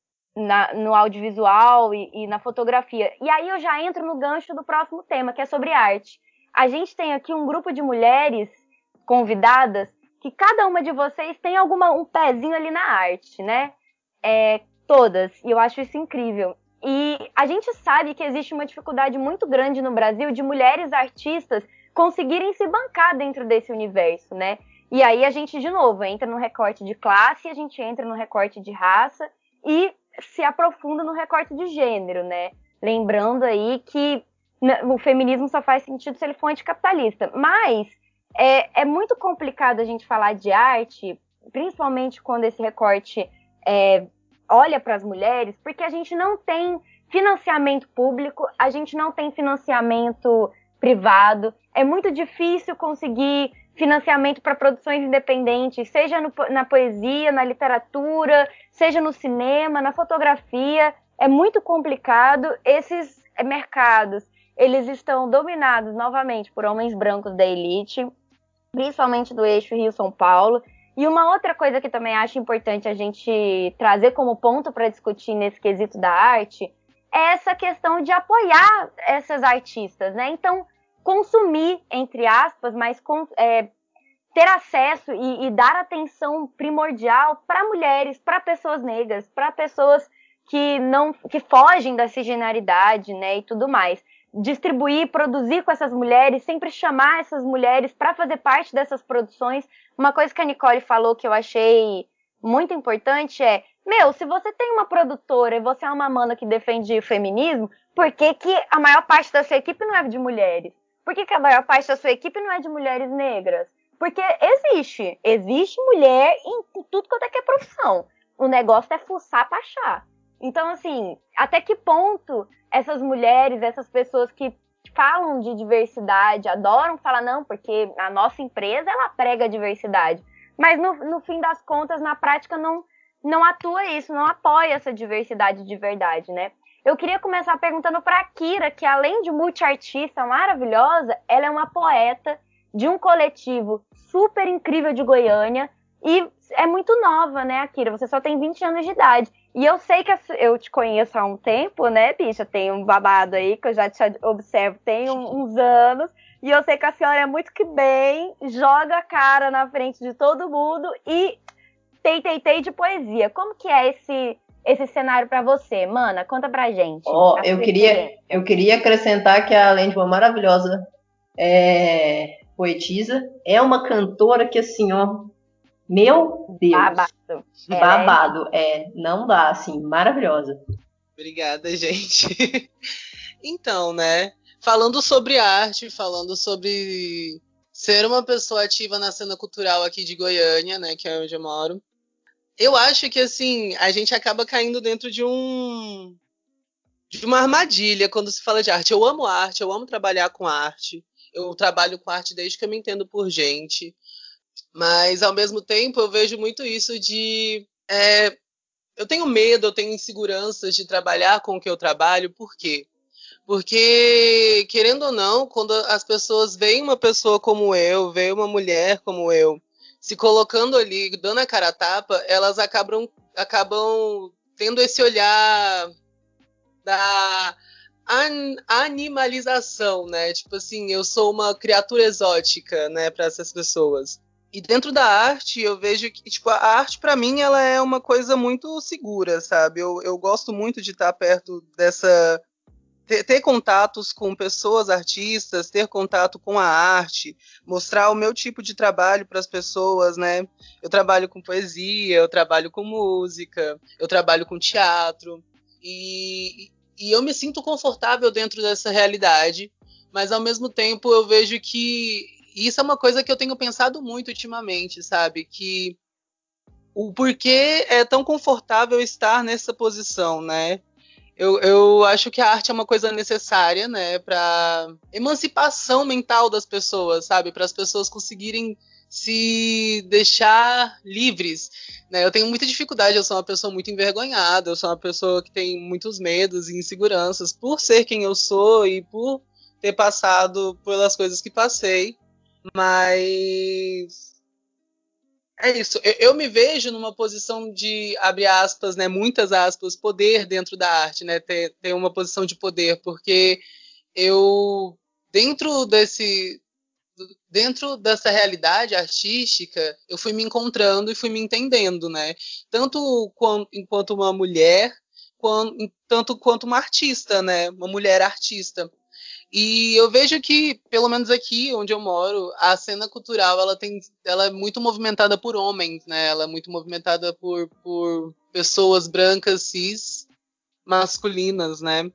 na, no audiovisual e, e na fotografia. E aí eu já entro no gancho do próximo tema, que é sobre arte. A gente tem aqui um grupo de mulheres convidadas que cada uma de vocês tem alguma, um pezinho ali na arte, né? É, todas. E eu acho isso incrível. E a gente sabe que existe uma dificuldade muito grande no Brasil de mulheres artistas conseguirem se bancar dentro desse universo, né? E aí a gente, de novo, entra no recorte de classe, a gente entra no recorte de raça e se aprofunda no recorte de gênero, né? Lembrando aí que o feminismo só faz sentido se ele for anticapitalista. Mas é, é muito complicado a gente falar de arte, principalmente quando esse recorte é, olha para as mulheres, porque a gente não tem financiamento público, a gente não tem financiamento privado, é muito difícil conseguir financiamento para produções independentes, seja no, na poesia, na literatura, seja no cinema, na fotografia, é muito complicado. Esses mercados, eles estão dominados novamente por homens brancos da elite, principalmente do eixo Rio-São Paulo. E uma outra coisa que também acho importante a gente trazer como ponto para discutir nesse quesito da arte é essa questão de apoiar essas artistas, né? Então, consumir, entre aspas, mas com, é, ter acesso e, e dar atenção primordial para mulheres, para pessoas negras, para pessoas que não que fogem da cisgenaridade, né, e tudo mais. Distribuir, produzir com essas mulheres, sempre chamar essas mulheres para fazer parte dessas produções. Uma coisa que a Nicole falou que eu achei muito importante é, meu, se você tem uma produtora e você é uma mana que defende o feminismo, por que que a maior parte da sua equipe não é de mulheres? por que, que a maior parte da sua equipe não é de mulheres negras? Porque existe, existe mulher em tudo quanto é que é profissão. O negócio é fuçar pra achar. Então, assim, até que ponto essas mulheres, essas pessoas que falam de diversidade, adoram falar, não, porque a nossa empresa, ela prega diversidade. Mas, no, no fim das contas, na prática, não, não atua isso, não apoia essa diversidade de verdade, né? Eu queria começar perguntando para a Kira, que além de multiartista maravilhosa, ela é uma poeta de um coletivo super incrível de Goiânia e é muito nova, né, Akira? Você só tem vinte anos de idade. E eu sei que eu te conheço há um tempo, né, bicha? Tem um babado aí que eu já te observo tem uns anos. E eu sei que a senhora é muito que bem, joga a cara na frente de todo mundo e tem, tem, tem de poesia. Como que é esse... esse cenário pra você, mana? Conta pra gente.
Ó, eu queria, eu queria acrescentar que além de uma maravilhosa é, poetisa, é uma cantora que assim, ó, meu Deus,
babado,
babado, é... é, não dá, assim, maravilhosa.
Obrigada, gente. Então, né, falando sobre arte, falando sobre ser uma pessoa ativa na cena cultural aqui de Goiânia, né, que é onde eu moro, eu acho que, assim, a gente acaba caindo dentro de um de uma armadilha quando se fala de arte. Eu amo arte, eu amo trabalhar com arte. Eu trabalho com arte desde que eu me entendo por gente. Mas, ao mesmo tempo, eu vejo muito isso de... É, eu tenho medo, eu tenho inseguranças de trabalhar com o que eu trabalho. Por quê? Porque, querendo ou não, quando as pessoas veem uma pessoa como eu, veem uma mulher como eu, se colocando ali, dando a cara a tapa, elas acabam, acabam tendo esse olhar da an- animalização, né? Tipo assim, eu sou uma criatura exótica, né, para essas pessoas. E dentro da arte, eu vejo que, tipo, a arte para mim ela é uma coisa muito segura, sabe? Eu, eu gosto muito de estar perto dessa ter, ter contatos com pessoas artistas, ter contato com a arte, mostrar o meu tipo de trabalho para as pessoas, né? Eu trabalho com poesia, eu trabalho com música, eu trabalho com teatro e, e eu me sinto confortável dentro dessa realidade, mas ao mesmo tempo eu vejo que isso é uma coisa que eu tenho pensado muito ultimamente, sabe? Que o porquê é tão confortável estar nessa posição, né? Eu, eu acho que a arte é uma coisa necessária, né, para emancipação mental das pessoas, sabe, para as pessoas conseguirem se deixar livres, né? Eu tenho muita dificuldade, eu sou uma pessoa muito envergonhada, eu sou uma pessoa que tem muitos medos e inseguranças por ser quem eu sou e por ter passado pelas coisas que passei, mas é isso, eu, eu me vejo numa posição de, abre aspas, né, muitas aspas, poder dentro da arte, né, ter, ter uma posição de poder, porque eu, dentro desse, dentro dessa realidade artística, eu fui me encontrando e fui me entendendo, né, tanto quanto, enquanto uma mulher, quanto, tanto quanto uma artista, né, uma mulher artista. E eu vejo que, pelo menos aqui onde eu moro, a cena cultural ela tem, ela é muito movimentada por homens, né? Ela é muito movimentada por, por pessoas brancas, cis, masculinas, né?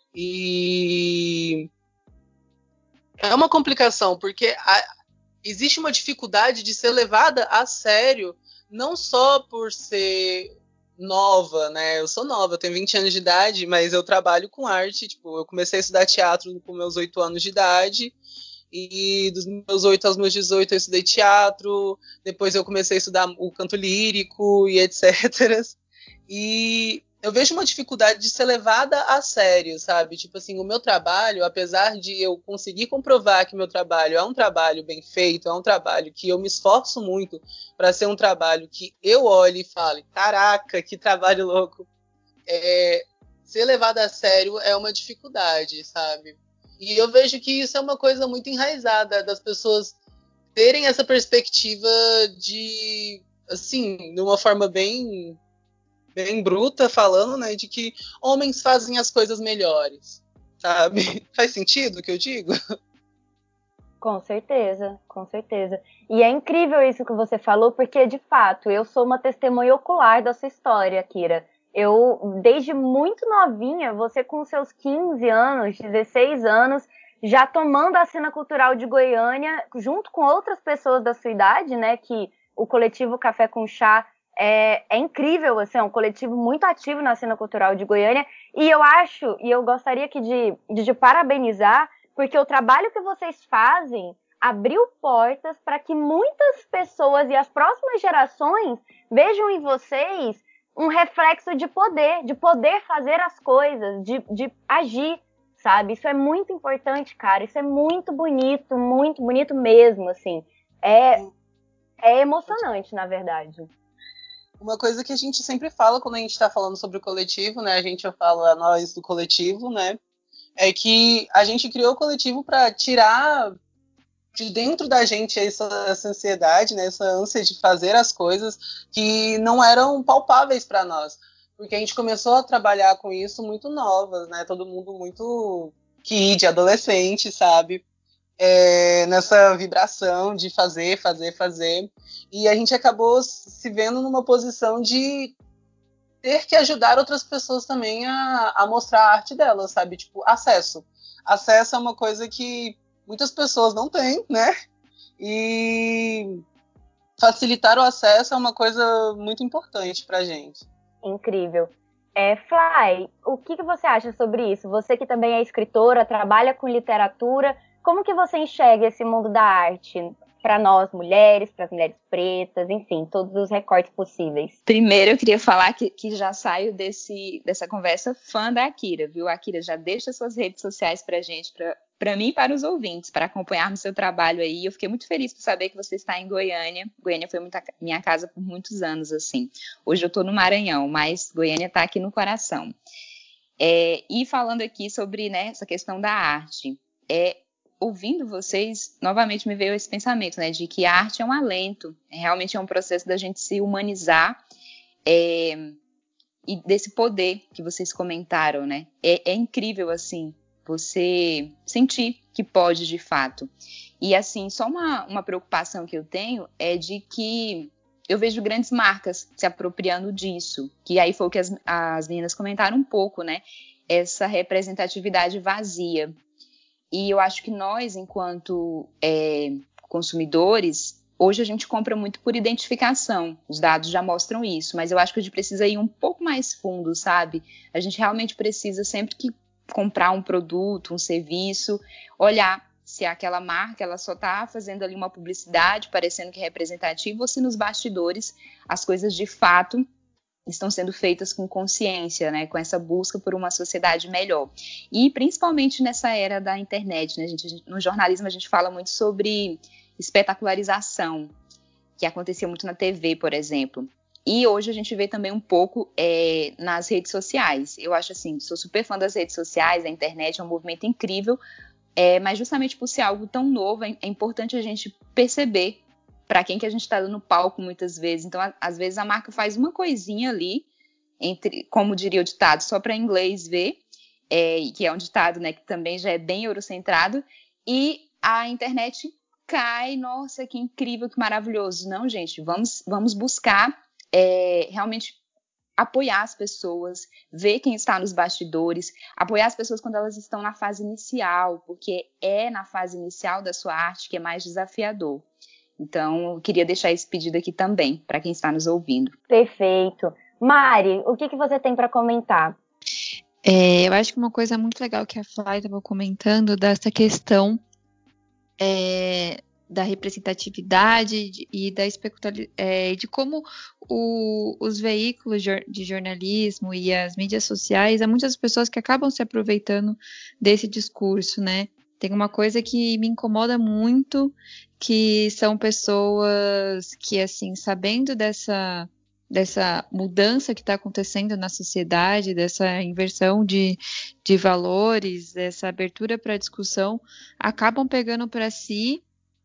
E é uma complicação, porque a, existe uma dificuldade de ser levada a sério, não só por ser nova, né? Eu sou nova, eu tenho vinte anos de idade, mas eu trabalho com arte. Tipo, eu comecei a estudar teatro com meus oito anos de idade. E dos meus oito aos meus dezoito eu estudei teatro. Depois eu comecei a estudar o canto lírico e etcétera. E eu vejo uma dificuldade de ser levada a sério, sabe? Tipo assim, o meu trabalho, apesar de eu conseguir comprovar que meu trabalho é um trabalho bem feito, é um trabalho que eu me esforço muito para ser um trabalho que eu olhe e fale, caraca, que trabalho louco. É, ser levado a sério é uma dificuldade, sabe? E eu vejo que isso é uma coisa muito enraizada das pessoas terem essa perspectiva de, assim, de uma forma bem bem bruta falando, né, de que homens fazem as coisas melhores, sabe? Faz sentido o que eu digo?
Com certeza, com certeza. E é incrível isso que você falou, porque, de fato, eu sou uma testemunha ocular da sua história, Kira. Eu, desde muito novinha, você com seus quinze anos, dezesseis anos, já tomando a cena cultural de Goiânia, junto com outras pessoas da sua idade, né, que o coletivo Café com Chá é, é incrível, assim, é um coletivo muito ativo na cena cultural de Goiânia, e eu acho, e eu gostaria aqui de, de, de parabenizar, porque o trabalho que vocês fazem abriu portas para que muitas pessoas e as próximas gerações vejam em vocês um reflexo de poder, de poder fazer as coisas, de, de agir, sabe? Isso é muito importante, cara. Isso é muito bonito, muito bonito mesmo, assim. É, é emocionante, na verdade.
Uma coisa que a gente sempre fala quando a gente está falando sobre o coletivo, né? A gente fala nós do coletivo, né? É que a gente criou o coletivo para tirar de dentro da gente essa, essa ansiedade, né? Essa ânsia de fazer as coisas que não eram palpáveis para nós. Porque a gente começou a trabalhar com isso muito novas, né? Todo mundo muito kid, adolescente, sabe? É, nessa vibração de fazer, fazer, fazer. E a gente acabou se vendo numa posição de ter que ajudar outras pessoas também a, a mostrar a arte delas, sabe? Tipo, acesso. Acesso é uma coisa que muitas pessoas não têm, né? E facilitar o acesso é uma coisa muito importante pra gente.
Incrível. É, Fly, o que, que você acha sobre isso? Você que também é escritora, trabalha com literatura, como que você enxerga esse mundo da arte para nós mulheres, para as mulheres pretas, enfim, todos os recortes possíveis?
Primeiro eu queria falar que, que já saio desse, dessa conversa fã da Akira, viu? Akira, já deixa suas redes sociais pra gente, pra, pra mim e para os ouvintes, para acompanharmos seu trabalho aí. Eu fiquei muito feliz por saber que você está em Goiânia. Goiânia foi muita, minha casa por muitos anos, assim. Hoje eu tô no Maranhão, mas Goiânia tá aqui no coração. É, e falando aqui sobre, né, essa questão da arte, é, ouvindo vocês, novamente me veio esse pensamento, né, de que a arte é um alento, realmente é um processo da gente se humanizar, é, e desse poder que vocês comentaram, né, é, é incrível, assim, você sentir que pode, de fato. E, assim, só uma, uma preocupação que eu tenho é de que eu vejo grandes marcas se apropriando disso, que aí foi o que as, as meninas comentaram um pouco, né, essa representatividade vazia. E eu acho que nós, enquanto é, consumidores, hoje a gente compra muito por identificação. Os dados já mostram isso, mas eu acho que a gente precisa ir um pouco mais fundo, sabe? A gente realmente precisa, sempre que comprar um produto, um serviço, olhar se aquela marca ela só está fazendo ali uma publicidade, parecendo que é representativa, ou se nos bastidores as coisas de fato estão sendo feitas com consciência, né, com essa busca por uma sociedade melhor. E principalmente nessa era da internet, né, gente, no jornalismo a gente fala muito sobre espetacularização, que acontecia muito na T V, por exemplo. E hoje a gente vê também um pouco é, nas redes sociais. Eu acho assim, sou super fã das redes sociais, da internet, é um movimento incrível, é, mas justamente por ser algo tão novo, é, é importante a gente perceber para quem que a gente está dando palco muitas vezes. Então, a, às vezes a marca faz uma coisinha ali, entre, como diria o ditado, só para inglês ver, é, que é um ditado, né, que também já é bem eurocentrado, e a internet cai, nossa, que incrível, que maravilhoso. Não, gente, vamos, vamos buscar é, realmente apoiar as pessoas, ver quem está nos bastidores, apoiar as pessoas quando elas estão na fase inicial, porque é na fase inicial da sua arte que é mais desafiador. Então, eu queria deixar esse pedido aqui também, para quem está nos ouvindo.
Perfeito. Mari, o que, que você tem para comentar?
É, eu acho que uma coisa muito legal que a Fly estava comentando, dessa questão é, da representatividade de, e da é, de como o, os veículos de jornalismo e as mídias sociais, há muitas pessoas que acabam se aproveitando desse discurso, né? Tem uma coisa que me incomoda muito, que são pessoas que, assim, sabendo dessa, dessa mudança que está acontecendo na sociedade, dessa inversão de, de valores, dessa abertura para discussão, acabam pegando para si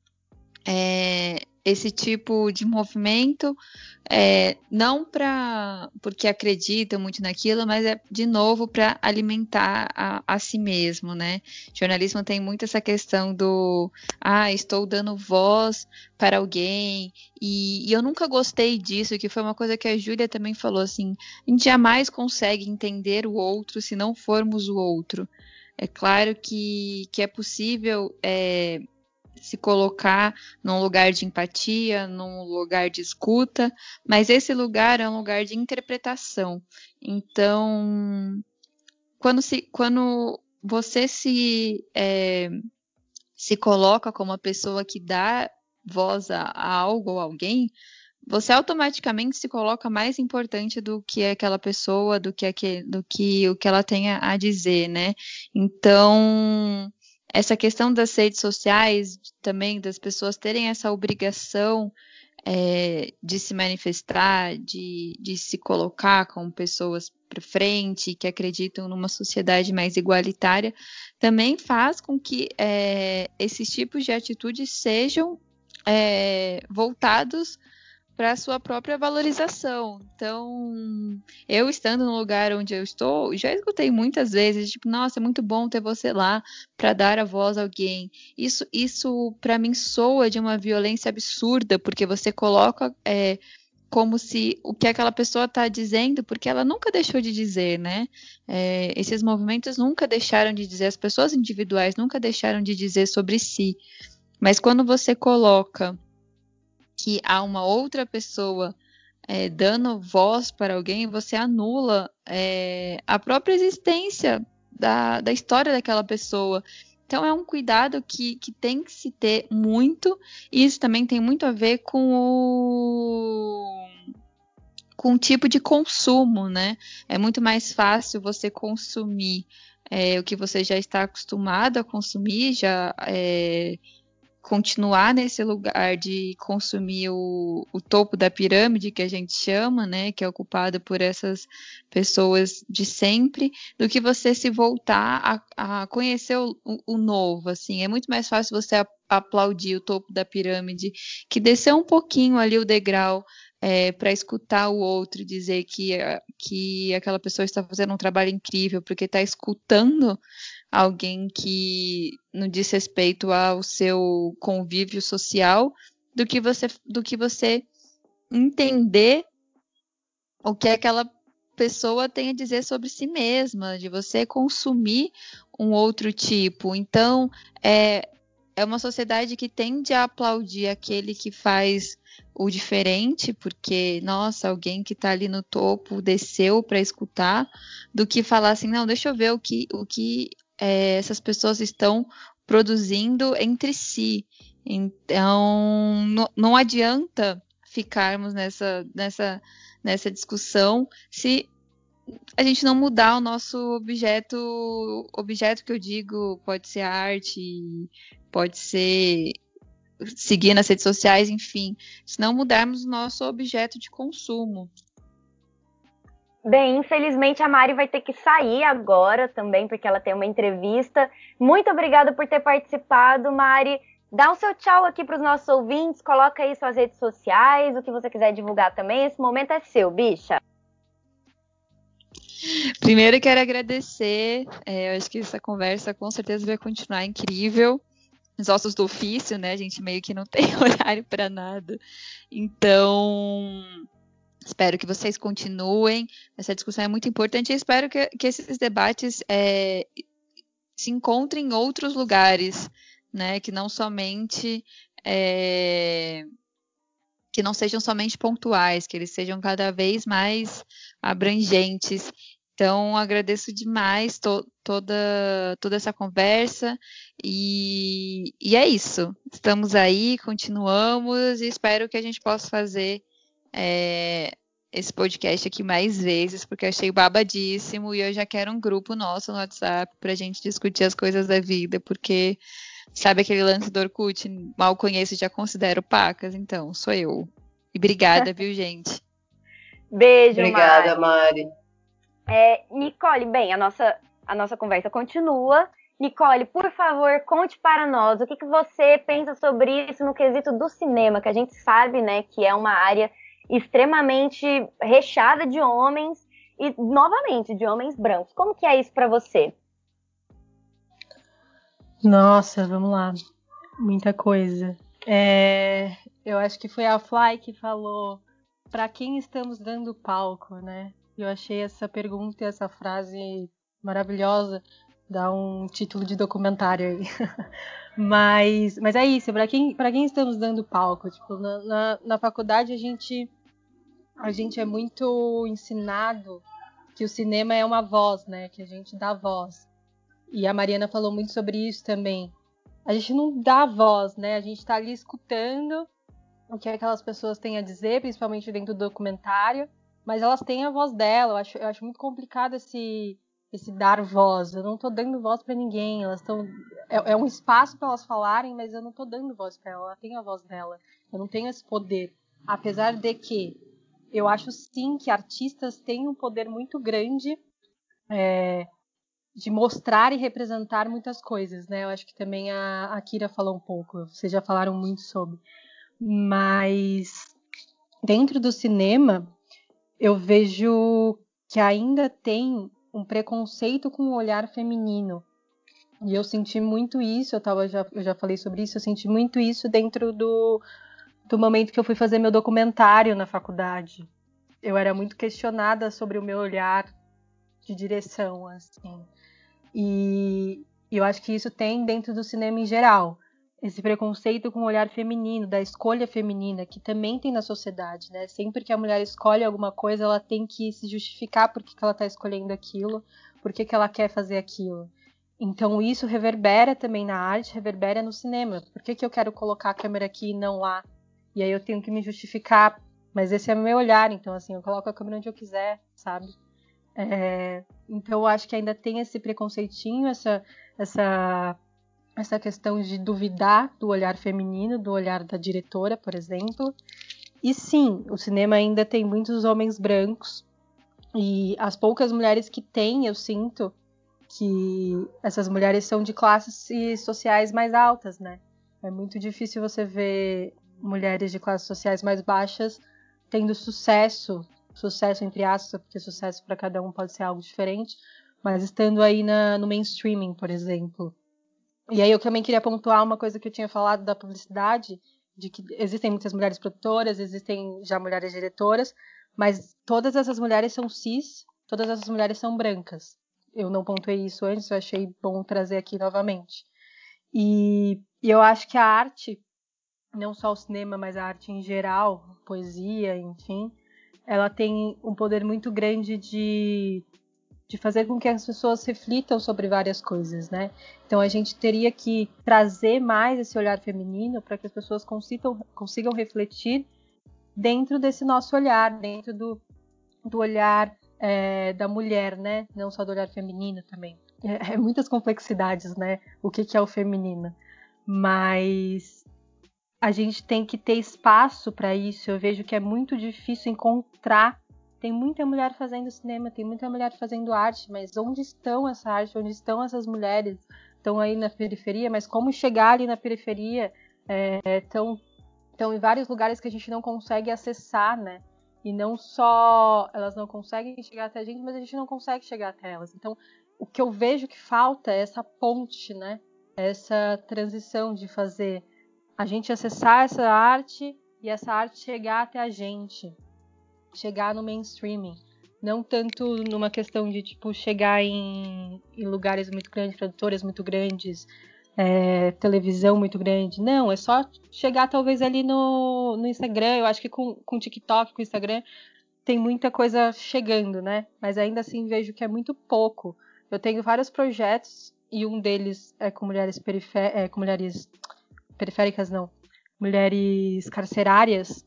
é, esse tipo de movimento, é, não para porque acreditam muito naquilo, mas é de novo para alimentar a, a si mesmo, né? O jornalismo tem muito essa questão do ah, estou dando voz para alguém, e, e eu nunca gostei disso, que foi uma coisa que a Júlia também falou, assim, a gente jamais consegue entender o outro se não formos o outro. É claro que, que é possível é, se colocar num lugar de empatia, num lugar de escuta, mas esse lugar é um lugar de interpretação. Então, quando, se, quando você se, é, se coloca como a pessoa que dá voz a, a algo ou alguém, você automaticamente se coloca mais importante do que aquela pessoa, do que, aquele, do que o que ela tem a dizer, né? Então, essa questão das redes sociais, também das pessoas terem essa obrigação é, de se manifestar, de, de se colocar como pessoas para frente, que acreditam numa sociedade mais igualitária, também faz com que é, esses tipos de atitudes sejam é, voltados para a sua própria valorização. Então, eu estando no lugar onde eu estou, já escutei muitas vezes, tipo, nossa, é muito bom ter você lá para dar a voz a alguém. Isso, isso para mim soa de uma violência absurda, porque você coloca é, como se o que aquela pessoa está dizendo, porque ela nunca deixou de dizer, né? É, esses movimentos nunca deixaram de dizer, as pessoas individuais nunca deixaram de dizer sobre si. Mas quando você coloca que há uma outra pessoa é, dando voz para alguém, você anula é, a própria existência da, da história daquela pessoa. Então é um cuidado que, que tem que se ter muito, e isso também tem muito a ver com o, com o tipo de consumo, né? É muito mais fácil você consumir é, o que você já está acostumado a consumir, já é, continuar nesse lugar de consumir o, o topo da pirâmide, que a gente chama, né, que é ocupado por essas pessoas de sempre, do que você se voltar a, a conhecer o, o, o novo, assim. É muito mais fácil você a, aplaudir o topo da pirâmide, que descer um pouquinho ali o degrau é, para escutar o outro dizer que, que aquela pessoa está fazendo um trabalho incrível, porque está escutando alguém que não diz respeito ao seu convívio social, do que você, do que você entender o que aquela pessoa tem a dizer sobre si mesma, de você consumir um outro tipo. Então, é, é uma sociedade que tende a aplaudir aquele que faz o diferente, porque, nossa, alguém que está ali no topo desceu para escutar, do que falar assim, não, deixa eu ver o que, o que é, essas pessoas estão produzindo entre si. Então, não, não adianta ficarmos nessa, nessa, nessa discussão se a gente não mudar o nosso objeto, objeto que eu digo, pode ser arte, pode ser seguir nas redes sociais, enfim, se não mudarmos o nosso objeto de consumo.
Bem, infelizmente a Mari vai ter que sair agora também, porque ela tem uma entrevista. Muito obrigada por ter participado, Mari. Dá o seu tchau aqui para os nossos ouvintes, coloca aí suas redes sociais, o que você quiser divulgar também. Esse momento é seu, bicha.
Primeiro, quero agradecer. É, eu acho que essa conversa com certeza vai continuar incrível. Os ossos do ofício, né? A gente meio que não tem horário para nada. Então, espero que vocês continuem. Essa discussão é muito importante e espero que, que esses debates é, se encontrem em outros lugares, né? Que não somente é, que não sejam somente pontuais, que eles sejam cada vez mais abrangentes. Então, agradeço demais to, toda, toda essa conversa e, e é isso. Estamos aí, continuamos e espero que a gente possa fazer é, esse podcast aqui mais vezes, porque eu achei babadíssimo e eu já quero um grupo nosso no WhatsApp para a gente discutir as coisas da vida, porque sabe aquele lance do Orkut? Mal conheço e já considero pacas, então sou eu. E obrigada, viu, gente?
Beijo,
Obrigada,
Mari.
Mari.
É, Nicole, bem, a nossa, a nossa conversa continua. Nicole, por favor, conte para nós o que, que você pensa sobre isso no quesito do cinema, que a gente sabe, né, que é uma área extremamente recheada de homens e, novamente, de homens brancos. Como que é isso para você?
Nossa, vamos lá. Muita coisa. É, eu acho que foi a Fly que falou para quem estamos dando palco, né? Eu achei essa pergunta e essa frase maravilhosa, Dá um título de documentário aí. mas, mas é isso, para quem, para quem estamos dando palco? Tipo, na, na, na faculdade a gente, a gente é muito ensinado que o cinema é uma voz, né? Que a gente dá voz. E a Mariana falou muito sobre isso também. A gente não dá voz, né? A gente está ali escutando o que aquelas pessoas têm a dizer, principalmente dentro do documentário, mas elas têm a voz dela. Eu acho, eu acho muito complicado esse, esse dar voz. Eu não estou dando voz para ninguém. Elas estão é, é um espaço para elas falarem, mas eu não estou dando voz para ela. Ela tem a voz dela. Eu não tenho esse poder. Apesar de que eu acho sim que artistas têm um poder muito grande é, de mostrar e representar muitas coisas, né? Eu acho que também a, a Kira falou um pouco. Vocês já falaram muito sobre. Mas dentro do cinema eu vejo que ainda tem um preconceito com o olhar feminino. E eu senti muito isso, eu, tava, já, eu já falei sobre isso, eu senti muito isso dentro do, do momento que eu fui fazer meu documentário na faculdade. Eu era muito questionada sobre o meu olhar de direção, assim. E eu acho que isso tem dentro do cinema em geral. Esse preconceito com o olhar feminino, da escolha feminina, que também tem na sociedade, né? Sempre que a mulher escolhe alguma coisa, ela tem que se justificar por que ela está escolhendo aquilo, por que ela quer fazer aquilo. Então isso reverbera também na arte, reverbera no cinema. Por que, que eu quero colocar a câmera aqui e não lá? E aí eu tenho que me justificar, mas esse é o meu olhar, então assim, eu coloco a câmera onde eu quiser, sabe? É, então eu acho que ainda tem esse preconceitinho, essa, essa, essa questão de duvidar do olhar feminino, do olhar da diretora, por exemplo. E sim, o cinema ainda tem muitos homens brancos, e as poucas mulheres que tem, eu sinto que essas mulheres são de classes sociais mais altas, né? É muito difícil você ver mulheres de classes sociais mais baixas tendo sucesso, sucesso entre aspas, porque sucesso para cada um pode ser algo diferente, mas estando aí na, no mainstreaming, por exemplo. E aí eu também queria pontuar uma coisa que eu tinha falado da publicidade, de que existem muitas mulheres produtoras, existem já mulheres diretoras, mas todas essas mulheres são cis, todas essas mulheres são brancas. Eu não pontuei isso antes, eu achei bom trazer aqui novamente. E, e eu acho que a arte, não só o cinema, mas a arte em geral, poesia, enfim, ela tem um poder muito grande de, de fazer com que as pessoas reflitam sobre várias coisas, né? Então a gente teria que trazer mais esse olhar feminino para que as pessoas consigam, consigam refletir dentro desse nosso olhar, dentro do, do olhar é, da mulher, né? Não só do olhar feminino também. É, é muitas complexidades, né? O que, que é o feminino. Mas a gente tem que ter espaço para isso. Eu vejo que é muito difícil encontrar. Tem muita mulher fazendo cinema, tem muita mulher fazendo arte, mas onde estão essa arte? Onde estão essas mulheres? Estão aí na periferia, mas como chegar ali na periferia? Estão é, em vários lugares que a gente não consegue acessar, né? E não só elas não conseguem chegar até a gente, mas a gente não consegue chegar até elas. Então, o que eu vejo que falta é essa ponte, né? Essa transição de fazer a gente acessar essa arte e essa arte chegar até a gente, chegar no mainstreaming. Não tanto numa questão de tipo chegar em, em lugares muito grandes, produtoras muito grandes, é, televisão muito grande. Não, é só chegar talvez ali no, no Instagram. Eu acho que com, com TikTok, com Instagram, tem muita coisa chegando, né? Mas ainda assim vejo que é muito pouco. Eu tenho vários projetos e um deles é com mulheres, perifé- é, com mulheres periféricas, não, mulheres carcerárias.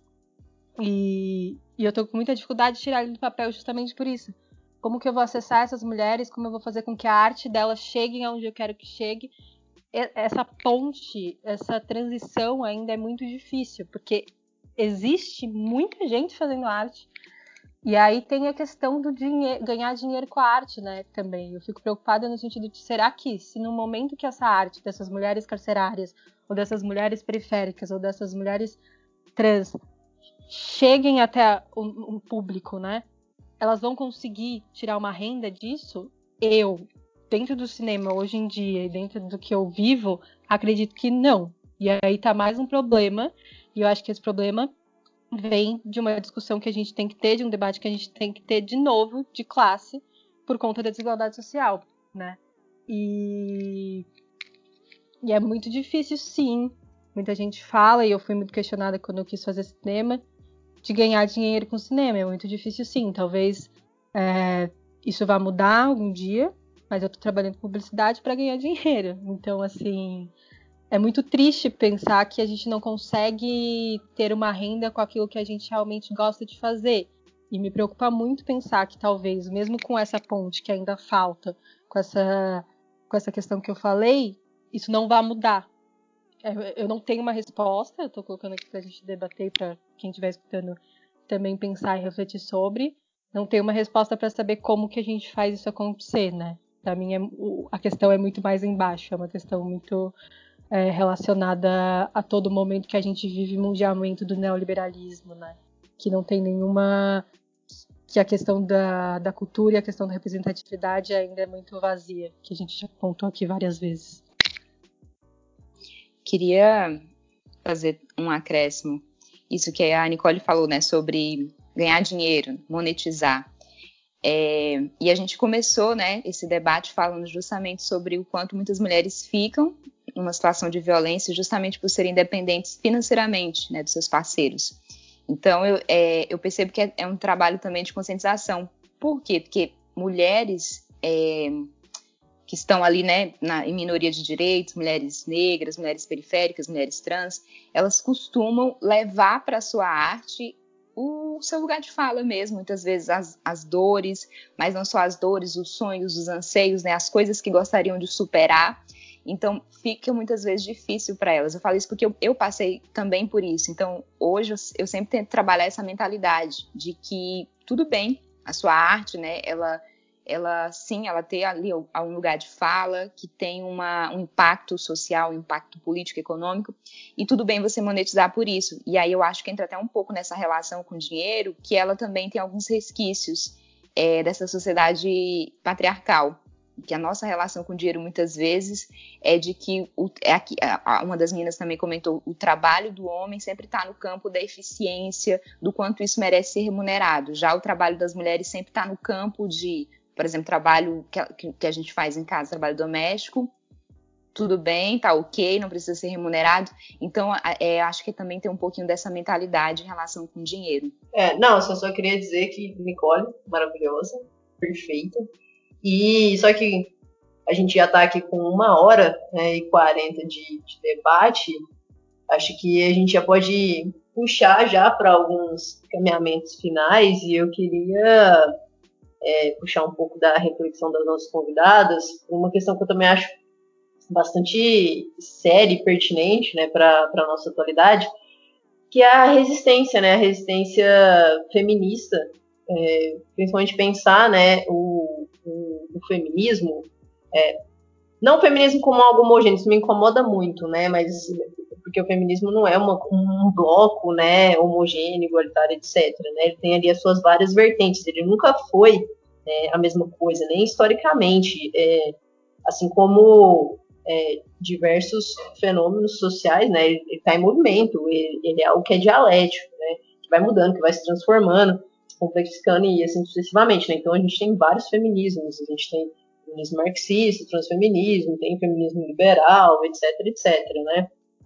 E, e eu tô com muita dificuldade de tirar ele do papel justamente por isso. Como que eu vou acessar essas mulheres? Como eu vou fazer com que a arte delas chegue aonde eu quero que chegue? Essa ponte, essa transição ainda é muito difícil, porque existe muita gente fazendo arte. E aí tem a questão do dinheiro, ganhar dinheiro com a arte, né, também. Eu fico preocupada no sentido de, será que se no momento que essa arte dessas mulheres carcerárias, ou dessas mulheres periféricas, ou dessas mulheres trans, cheguem até um, um público, né, elas vão conseguir tirar uma renda disso? Eu, dentro do cinema hoje em dia, e dentro do que eu vivo, acredito que não. E aí tá mais um problema, e eu acho que esse problema vem de uma discussão que a gente tem que ter, de um debate que a gente tem que ter de novo, de classe, por conta da desigualdade social, né? E, e é muito difícil, sim. Muita gente fala, e eu fui muito questionada quando eu quis fazer cinema, de ganhar dinheiro com cinema. É muito difícil, sim. Talvez é, isso vá mudar algum dia, mas eu tô trabalhando com publicidade para ganhar dinheiro. Então, assim, é muito triste pensar que a gente não consegue ter uma renda com aquilo que a gente realmente gosta de fazer. E me preocupa muito pensar que talvez, mesmo com essa ponte que ainda falta, com essa, com essa questão que eu falei, isso não vai mudar. Eu não tenho uma resposta, eu tô colocando aqui pra gente debater e pra quem estiver escutando também pensar e refletir sobre. Não tenho uma resposta para saber como que a gente faz isso acontecer, né? Pra mim, é, a questão é muito mais embaixo, é uma questão muito é, relacionada a todo momento que a gente vive mundialmente do neoliberalismo, né? Que não tem nenhuma... que a questão da, da cultura e a questão da representatividade ainda é muito vazia, que a gente já apontou aqui várias vezes.
Queria fazer um acréscimo. Isso que a Nicole falou, né, sobre ganhar dinheiro, monetizar. É, e a gente começou, né, esse debate falando justamente sobre o quanto muitas mulheres ficam numa situação de violência justamente por serem dependentes financeiramente, né, dos seus parceiros. Então, eu, é, eu percebo que é, é um trabalho também de conscientização. Por quê? Porque mulheres... É, que estão ali, né, na, em minoria de direitos, mulheres negras, mulheres periféricas, mulheres trans, elas costumam levar para a sua arte o seu lugar de fala mesmo, muitas vezes as, as dores, mas não só as dores, os sonhos, os anseios, né, as coisas que gostariam de superar. Então, fica muitas vezes difícil para elas. Eu falo isso porque eu, eu passei também por isso. Então, hoje eu, eu sempre tento trabalhar essa mentalidade de que tudo bem, a sua arte, né, ela... ela sim, ela tem ali um lugar de fala, que tem uma, um impacto social, um impacto político, econômico, e tudo bem você monetizar por isso. E aí eu acho que entra até um pouco nessa relação com o dinheiro, que ela também tem alguns resquícios é, dessa sociedade patriarcal, que a nossa relação com o dinheiro muitas vezes é de que, o, é aqui, uma das meninas também comentou, o trabalho do homem sempre está no campo da eficiência, do quanto isso merece ser remunerado. Já o trabalho das mulheres sempre está no campo de... por exemplo, trabalho que, que a gente faz em casa, trabalho doméstico, tudo bem, tá ok, não precisa ser remunerado. Então, é, acho que também tem um pouquinho dessa mentalidade em relação com o dinheiro.
É, não, eu só queria dizer que Nicole, maravilhosa, perfeita. E só que a gente já tá aqui com uma hora, né, e quarenta de, de debate. Acho que a gente já pode puxar já para alguns caminhamentos finais, e eu queria é, puxar um pouco da reflexão das nossas convidadas, uma questão que eu também acho bastante séria e pertinente, né, para a nossa atualidade, que é a resistência, né, a resistência feminista, é, principalmente pensar, né, o, o, o feminismo, é, não o feminismo como algo homogêneo, isso me incomoda muito, né, mas porque o feminismo não é uma, um bloco, né, homogêneo, igualitário, etcétera, né, ele tem ali as suas várias vertentes, ele nunca foi é, a mesma coisa, nem historicamente, é, assim como é, diversos fenômenos sociais, né, ele está em movimento, ele, ele é algo que é dialético, né, que vai mudando, que vai se transformando, se complexificando e assim sucessivamente, né, então a gente tem vários feminismos, a gente tem feminismo marxista, transfeminismo, tem feminismo liberal, etc, etc, né.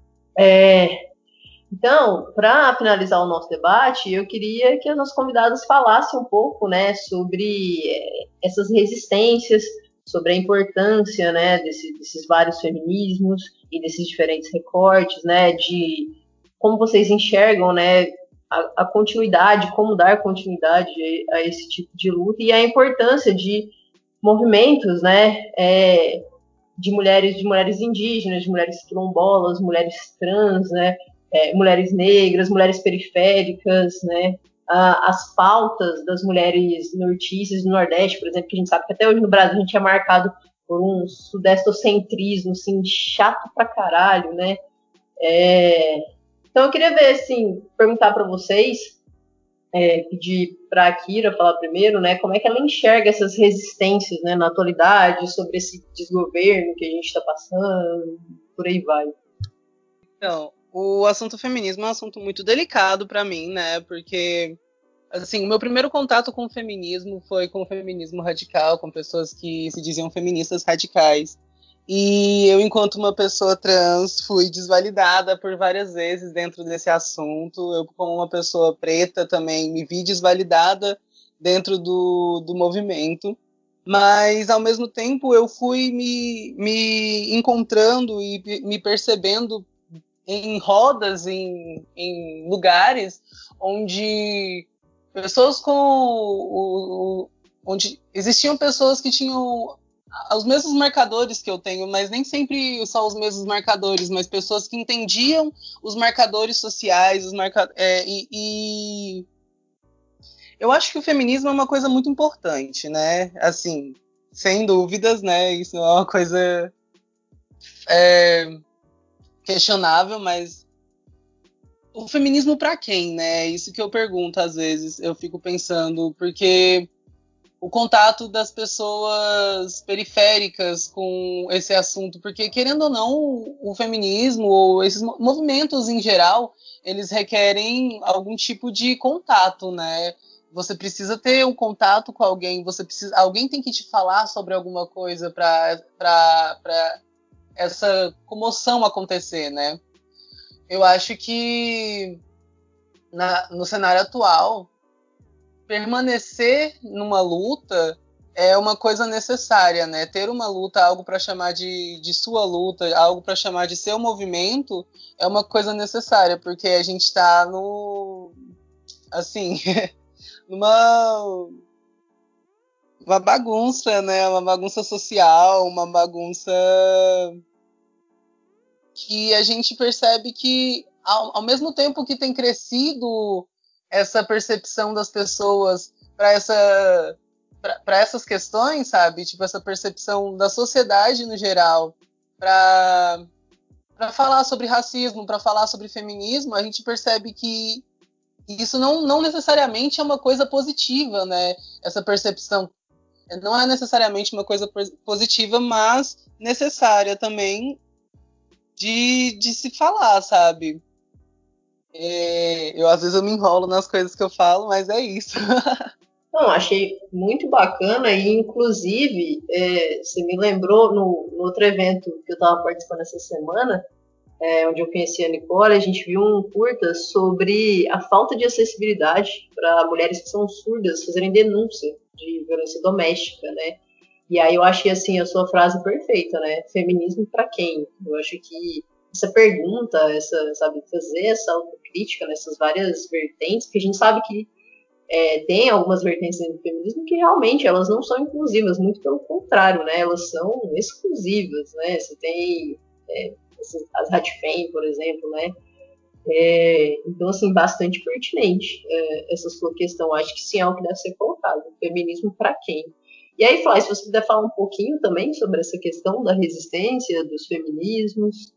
É, então, para finalizar o nosso debate, eu queria que as nossas convidadas falassem um pouco, né, sobre essas resistências, sobre a importância, né, desse, desses vários feminismos e desses diferentes recortes, né, de como vocês enxergam, né, a, a continuidade, como dar continuidade a, a esse tipo de luta e a importância de movimentos, né, é, de mulheres, de mulheres indígenas, de mulheres quilombolas, mulheres trans, né, é, mulheres negras, mulheres periféricas, né, ah, as pautas das mulheres nortistas do Nordeste, por exemplo, que a gente sabe que até hoje no Brasil a gente é marcado por um sudestocentrismo, assim, chato pra caralho, né, é, então eu queria ver, assim, perguntar para vocês, é, pedir para a Kira falar primeiro, né, como é que ela enxerga essas resistências, né, na atualidade, sobre esse desgoverno que a gente está passando, por aí vai.
Então, o assunto feminismo é um assunto muito delicado para mim, né, porque assim, o meu primeiro contato com o feminismo foi com o feminismo radical, com pessoas que se diziam feministas radicais. E eu, enquanto uma pessoa trans, fui desvalidada por várias vezes dentro desse assunto. Eu, como uma pessoa preta, também me vi desvalidada dentro do, do movimento. Mas, ao mesmo tempo, eu fui me, me encontrando e me percebendo em rodas, em, em lugares onde pessoas com o, o, onde existiam pessoas que tinham os mesmos marcadores que eu tenho, mas nem sempre são os mesmos marcadores, mas pessoas que entendiam os marcadores sociais, os marca, é, e, e eu acho que o feminismo é uma coisa muito importante, né? Assim, sem dúvidas, né? Isso é uma coisa é, questionável, mas o feminismo para quem, né? Isso que eu pergunto às vezes. Eu fico pensando, porque o contato das pessoas periféricas com esse assunto, porque, querendo ou não, o feminismo ou esses movimentos em geral, eles requerem algum tipo de contato, né? Você precisa ter um contato com alguém, você precisa, alguém tem que te falar sobre alguma coisa para essa comoção acontecer, né? Eu acho que na, no cenário atual, permanecer numa luta é uma coisa necessária, né? Ter uma luta, algo para chamar de, de sua luta, algo para chamar de seu movimento, é uma coisa necessária, porque a gente está no, assim, numa uma bagunça, né? Uma bagunça social, uma bagunça que a gente percebe que, ao, ao mesmo tempo que tem crescido essa percepção das pessoas para essa, para essas questões, sabe? Tipo, essa percepção da sociedade no geral para para falar sobre racismo, para falar sobre feminismo, a gente percebe que isso não, não necessariamente é uma coisa positiva, né? Essa percepção não é necessariamente uma coisa positiva, mas necessária também de, de se falar, sabe? É, eu às vezes eu me enrolo nas coisas que eu falo, mas é isso.
Não, achei muito bacana e, inclusive, é, você me lembrou no, no outro evento que eu estava participando essa semana, é, onde eu conheci a Nicole, a gente viu um curta sobre a falta de acessibilidade para mulheres que são surdas fazerem denúncia de violência doméstica, né? E aí eu achei, assim, a sua frase perfeita, né? Feminismo para quem? Eu acho que essa pergunta, essa, sabe, fazer essa autocrítica nessas várias vertentes, porque a gente sabe que é, tem algumas vertentes do feminismo que realmente elas não são inclusivas, muito pelo contrário, né? Elas são exclusivas, né? Você tem é, as Radfem, por exemplo, né? É, então, assim, bastante pertinente é, essa sua questão. Acho que sim é o que deve ser colocado. Feminismo para quem? E aí, Flávia, se você puder falar um pouquinho também sobre essa questão da resistência, dos feminismos.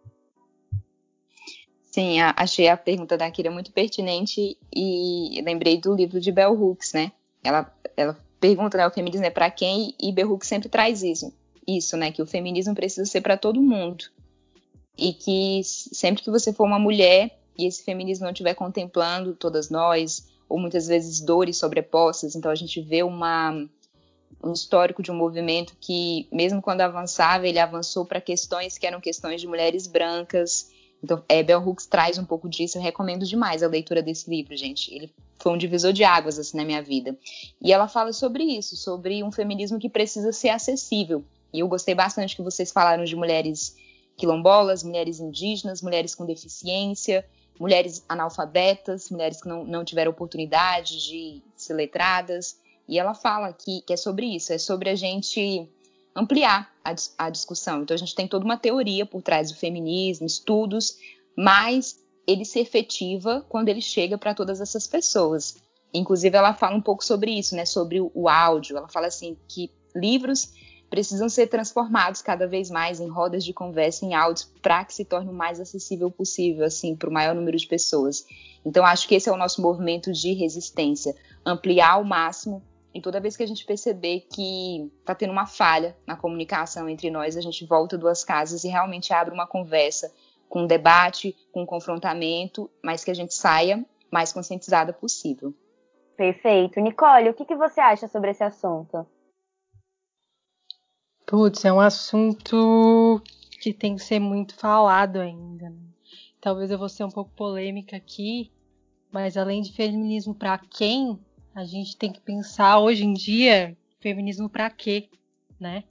Sim, a, achei a pergunta da Kira muito pertinente e lembrei do livro de Bell Hooks, né? Ela, ela pergunta, né, o feminismo é para quem? E Bell Hooks sempre traz isso, isso, né? Que o feminismo precisa ser para todo mundo. E que sempre que você for uma mulher e esse feminismo não estiver contemplando todas nós, ou muitas vezes dores sobrepostas, então a gente vê uma, um histórico de um movimento que, mesmo quando avançava, ele avançou para questões que eram questões de mulheres brancas. Então, é, Bell Hooks traz um pouco disso, eu recomendo demais a leitura desse livro, gente. Ele foi um divisor de águas, assim, na minha vida. E ela fala sobre isso, sobre um feminismo que precisa ser acessível. E eu gostei bastante que vocês falaram de mulheres quilombolas, mulheres indígenas, mulheres com deficiência, mulheres analfabetas, mulheres que não, não tiveram oportunidade de ser letradas. E ela fala que, que é sobre isso, é sobre a gente ampliar a, a discussão. Então a gente tem toda uma teoria por trás do feminismo, estudos, mas ele se efetiva quando ele chega para todas essas pessoas. Inclusive ela fala um pouco sobre isso, né, sobre o, o áudio. Ela fala assim que livros precisam ser transformados cada vez mais em rodas de conversa, em áudios, para que se torne o mais acessível possível, assim, para o maior número de pessoas. Então acho que esse é o nosso movimento de resistência, ampliar ao máximo. E toda vez que a gente perceber que está tendo uma falha na comunicação entre nós, a gente volta duas casas e realmente abre uma conversa com um debate, com um confrontamento, mas que a gente saia mais conscientizada possível.
Perfeito. Nicole, o que, que você acha sobre esse assunto?
Putz, é um assunto que tem que ser muito falado ainda, né? Talvez eu vou ser um pouco polêmica aqui, mas além de feminismo para quem, a gente tem que pensar hoje em dia feminismo para quê, né?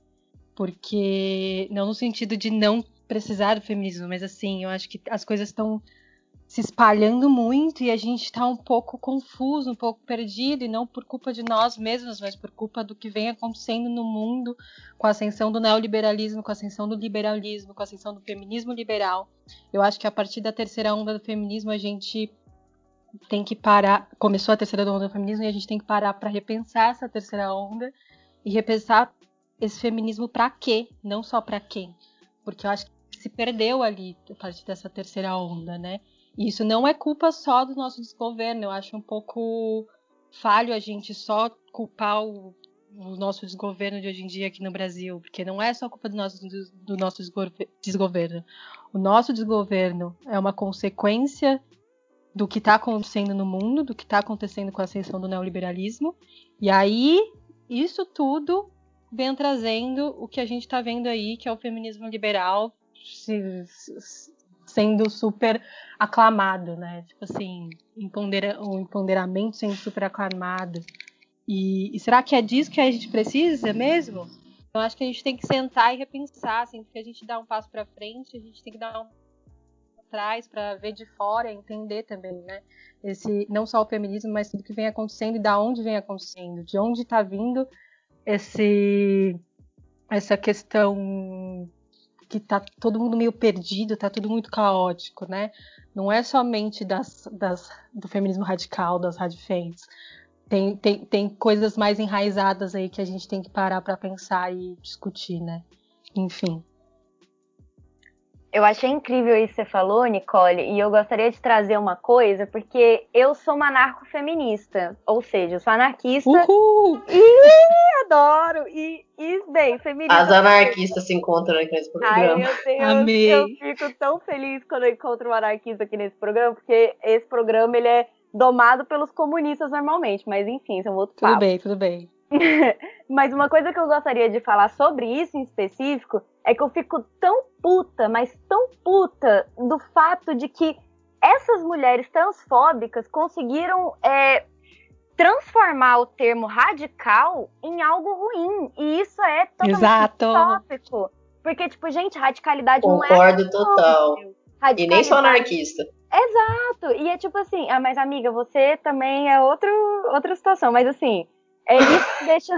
Porque não no sentido de não precisar do feminismo, mas assim, eu acho que as coisas estão se espalhando muito e a gente está um pouco confuso, um pouco perdido, e não por culpa de nós mesmos, mas por culpa do que vem acontecendo no mundo com a ascensão do neoliberalismo, com a ascensão do liberalismo, com a ascensão do feminismo liberal. Eu acho que a partir da terceira onda do feminismo a gente tem que parar, começou a terceira onda do feminismo e a gente tem que parar para repensar essa terceira onda e repensar esse feminismo para quê, não só para quem, porque eu acho que se perdeu ali a partir dessa terceira onda, né? E isso não é culpa só do nosso desgoverno, eu acho um pouco falho a gente só culpar o, o nosso desgoverno de hoje em dia aqui no Brasil, porque não é só culpa do nosso, do, do nosso desgoverno. O nosso desgoverno é uma consequência do que está acontecendo no mundo, do que está acontecendo com a ascensão do neoliberalismo, e aí isso tudo vem trazendo o que a gente está vendo aí, que é o feminismo liberal se, se, sendo super aclamado, né? Tipo assim, empodera, o empoderamento sendo super aclamado. E, e será que é disso que a gente precisa mesmo? Eu acho que a gente tem que sentar e repensar, assim, porque a gente dá um passo para frente, a gente tem que dar um atrás para ver de fora, entender também, né? Esse, não só o feminismo, mas tudo que vem acontecendo e da onde vem acontecendo, de onde está vindo esse, essa questão que tá todo mundo meio perdido, tá tudo muito caótico, né? Não é somente das, das, do feminismo radical, das radifems. Tem, tem, tem coisas mais enraizadas aí que a gente tem que parar para pensar e discutir, né? Enfim.
Eu achei incrível isso que você falou, Nicole, e eu gostaria de trazer uma coisa, porque eu sou uma anarcofeminista, ou seja, eu sou anarquista.
Uhul!
E adoro! E, e bem, feminista.
As anarquistas se encontram aqui nesse programa.
Ai, meu Deus,
Amei.
eu fico tão feliz quando eu encontro um anarquista aqui nesse programa, porque esse programa ele é domado pelos comunistas normalmente, mas enfim, isso é um outro
Tudo
papo.
bem, tudo bem.
Mas uma coisa que eu gostaria de falar sobre isso em específico é que eu fico tão puta, mas tão puta do fato de que essas mulheres transfóbicas conseguiram é, transformar o termo radical em algo ruim. E isso é totalmente
Exato.
tópico. Porque, tipo, gente, radicalidade
Concordo
não é...
total. E nem sou anarquista.
Exato. E é tipo assim, ah, mas amiga, você também é outro, outra situação. Mas assim, é isso deixa...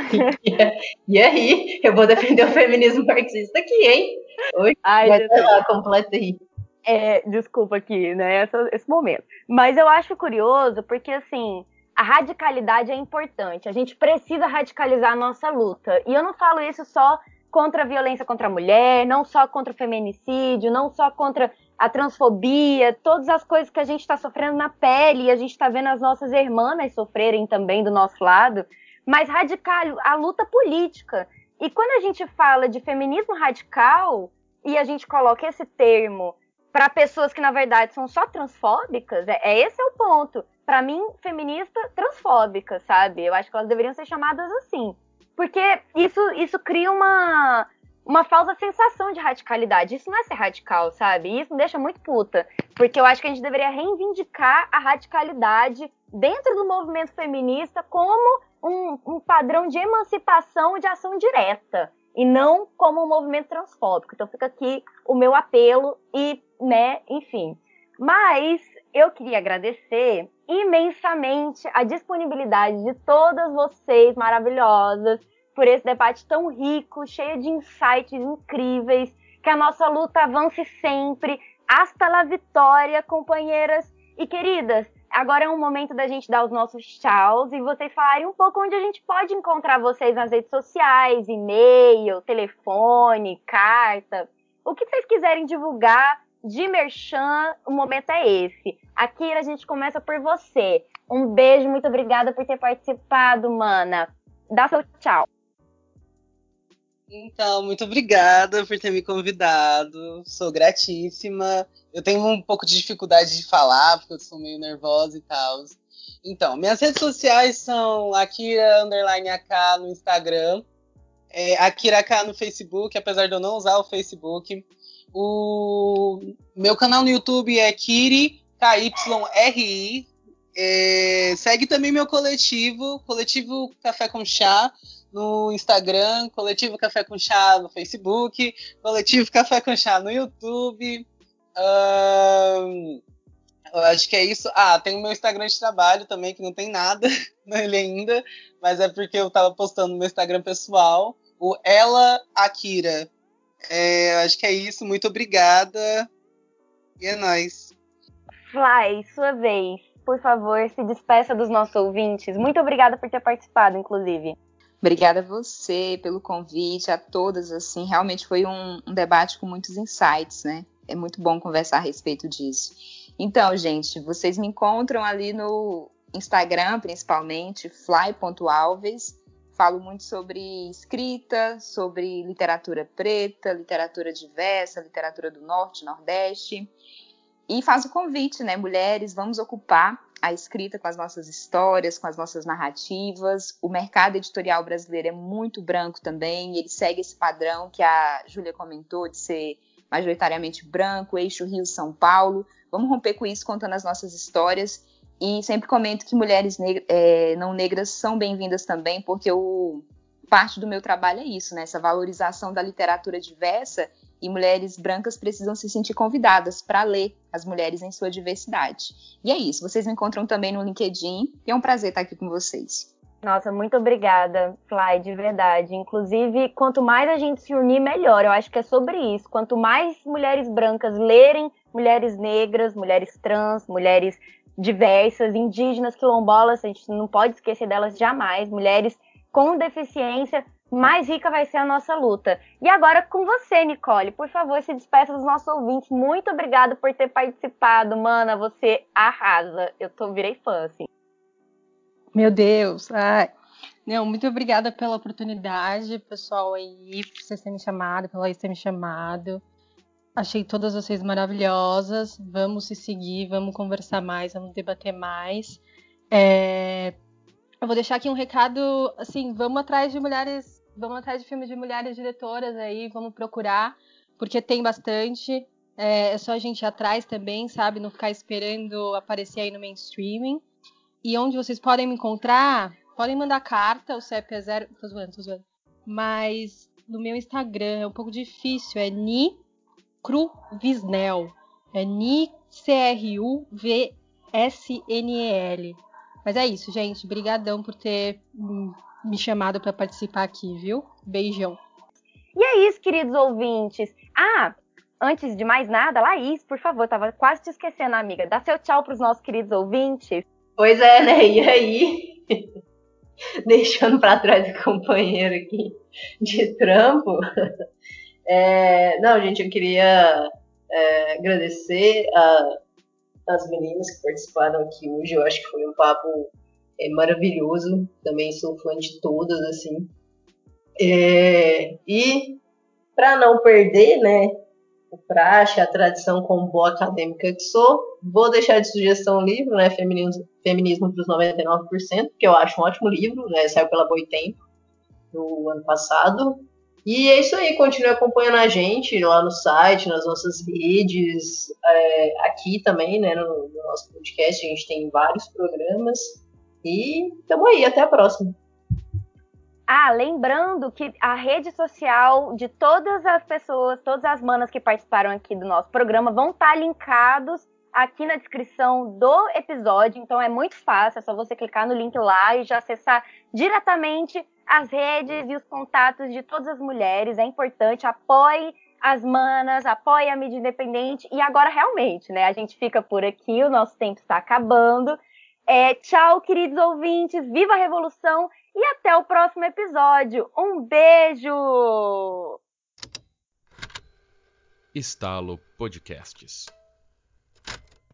E aí, eu vou defender o feminismo marxista aqui, hein? Oi,
Ai,
vai
Jesus.
lá, completa aí.
É, desculpa aqui, né, essa, esse momento. Mas eu acho curioso porque, assim, a radicalidade é importante. A gente precisa radicalizar a nossa luta. E eu não falo isso só contra a violência contra a mulher, não só contra o feminicídio, não só contra a transfobia, todas as coisas que a gente está sofrendo na pele e a gente está vendo as nossas irmãs sofrerem também do nosso lado, mas radical, a luta política. E quando a gente fala de feminismo radical e a gente coloca esse termo para pessoas que, na verdade, são só transfóbicas, é, é esse é o ponto. Para mim, feminista transfóbica, sabe? Eu acho que elas deveriam ser chamadas assim. Porque isso, isso cria uma, uma falsa sensação de radicalidade. Isso não é ser radical, sabe? E isso me deixa muito puta. Porque eu acho que a gente deveria reivindicar a radicalidade dentro do movimento feminista como um, um padrão de emancipação e de ação direta. E não como um movimento transfóbico. Então fica aqui o meu apelo e, né, enfim. Mas eu queria agradecer imensamente a disponibilidade de todas vocês maravilhosas por esse debate tão rico, cheio de insights incríveis, que a nossa luta avance sempre. Hasta la vitória, companheiras e queridas. Agora é um momento da gente dar os nossos tchauz e vocês falarem um pouco onde a gente pode encontrar vocês nas redes sociais, e-mail, telefone, carta. O que vocês quiserem divulgar de merchan, o momento é esse. Akira, a gente começa por você. Um beijo, muito obrigada por ter participado, mana. Dá seu tchau.
Então, muito obrigada por ter me convidado. Sou gratíssima. Eu tenho um pouco de dificuldade de falar, porque eu sou meio nervosa e tal. Então, minhas redes sociais são Akira underline A K no Instagram, é, Akira A K no Facebook, apesar de eu não usar o Facebook. O meu canal no YouTube é Kiri, K Y R I. É, segue também meu coletivo, Coletivo Café com Chá, no Instagram, Coletivo Café com Chá no Facebook, Coletivo Café com Chá no YouTube. Um, eu acho que é isso. Ah, tem o meu Instagram de trabalho também, que não tem nada nele ainda, mas é porque eu tava postando no meu Instagram pessoal, o Ela Akira. É, acho que é isso, muito obrigada. E é nóis.
Fly, sua vez. Por favor, se despeça dos nossos ouvintes. Muito obrigada por ter participado, inclusive.
Obrigada a você pelo convite, a todas, assim, realmente foi um, um debate com muitos insights, né? É muito bom conversar a respeito disso. Então, gente, vocês me encontram ali no Instagram, principalmente, fly ponto alves. Falo muito sobre escrita, sobre literatura preta, literatura diversa, literatura do Norte, Nordeste. E faço o convite, né, mulheres, vamos ocupar a escrita com as nossas histórias, com as nossas narrativas. O mercado editorial brasileiro é muito branco também, ele segue esse padrão que a Júlia comentou, de ser majoritariamente branco, eixo Rio-São Paulo. Vamos romper com isso contando as nossas histórias. E sempre comento que mulheres neg- é, não negras são bem-vindas também, porque o, parte do meu trabalho é isso, né, essa valorização da literatura diversa. E mulheres brancas precisam se sentir convidadas para ler as mulheres em sua diversidade. E é isso, vocês me encontram também no LinkedIn, e é um prazer estar aqui com vocês.
Nossa, muito obrigada, Fly, de verdade. Inclusive, quanto mais a gente se unir, melhor. Eu acho que é sobre isso. Quanto mais mulheres brancas lerem, mulheres negras, mulheres trans, mulheres diversas, indígenas, quilombolas, a gente não pode esquecer delas jamais, mulheres com deficiência, mais rica vai ser a nossa luta. E agora com você, Nicole, por favor, se despeça dos nossos ouvintes. Muito obrigada por ter participado, mana, você arrasa. Eu tô, virei fã, assim.
Meu Deus, ai. Não, muito obrigada pela oportunidade, pessoal aí, por vocês terem me chamado, pela Laís ter me chamado. Achei todas vocês maravilhosas. Vamos se seguir, vamos conversar mais, vamos debater mais. É... Eu vou deixar aqui um recado, assim, vamos atrás de mulheres, vamos atrás de filmes de mulheres diretoras aí, vamos procurar, porque tem bastante. É, é só a gente ir atrás também, sabe? Não ficar esperando aparecer aí no mainstreaming. E onde vocês podem me encontrar, podem mandar carta, o C E P é zero. Tô zoando, tô zoando. Mas no meu Instagram é um pouco difícil, é Ni Cruvisnel. É Ni C R U V S N E L. Mas é isso, gente. Brigadão por ter me chamado para participar aqui, viu? Beijão.
E é isso, queridos ouvintes. Ah, antes de mais nada, Laís, por favor, tava quase te esquecendo, amiga. Dá seu tchau pros nossos queridos ouvintes.
Pois é, né? E aí? Deixando para trás o companheiro aqui de trampo. É, não, gente, eu queria é, agradecer a, as meninas que participaram aqui hoje. Eu acho que foi um papo é, maravilhoso. Também sou fã de todas, assim. É, e para não perder, né, o praxe, a tradição como boa acadêmica que sou, vou deixar de sugestão o livro, né, Feminismo, Feminismo para os noventa e nove por cento, que eu acho um ótimo livro, né, saiu pela Boitempo no ano passado. E é isso aí, continue acompanhando a gente lá no site, nas nossas redes, é, aqui também, né, no, no nosso podcast, a gente tem vários programas. E tamo aí, até a próxima.
Ah, lembrando que a rede social de todas as pessoas, todas as manas que participaram aqui do nosso programa vão estar linkados aqui na descrição do episódio. Então é muito fácil, é só você clicar no link lá e já acessar diretamente as redes e os contatos de todas as mulheres. É importante, apoie as manas, apoie a mídia independente. E agora realmente, né, a gente fica por aqui, o nosso tempo está acabando. É, tchau, queridos ouvintes, viva a revolução! E até o próximo episódio. Um beijo!
Estalo Podcasts.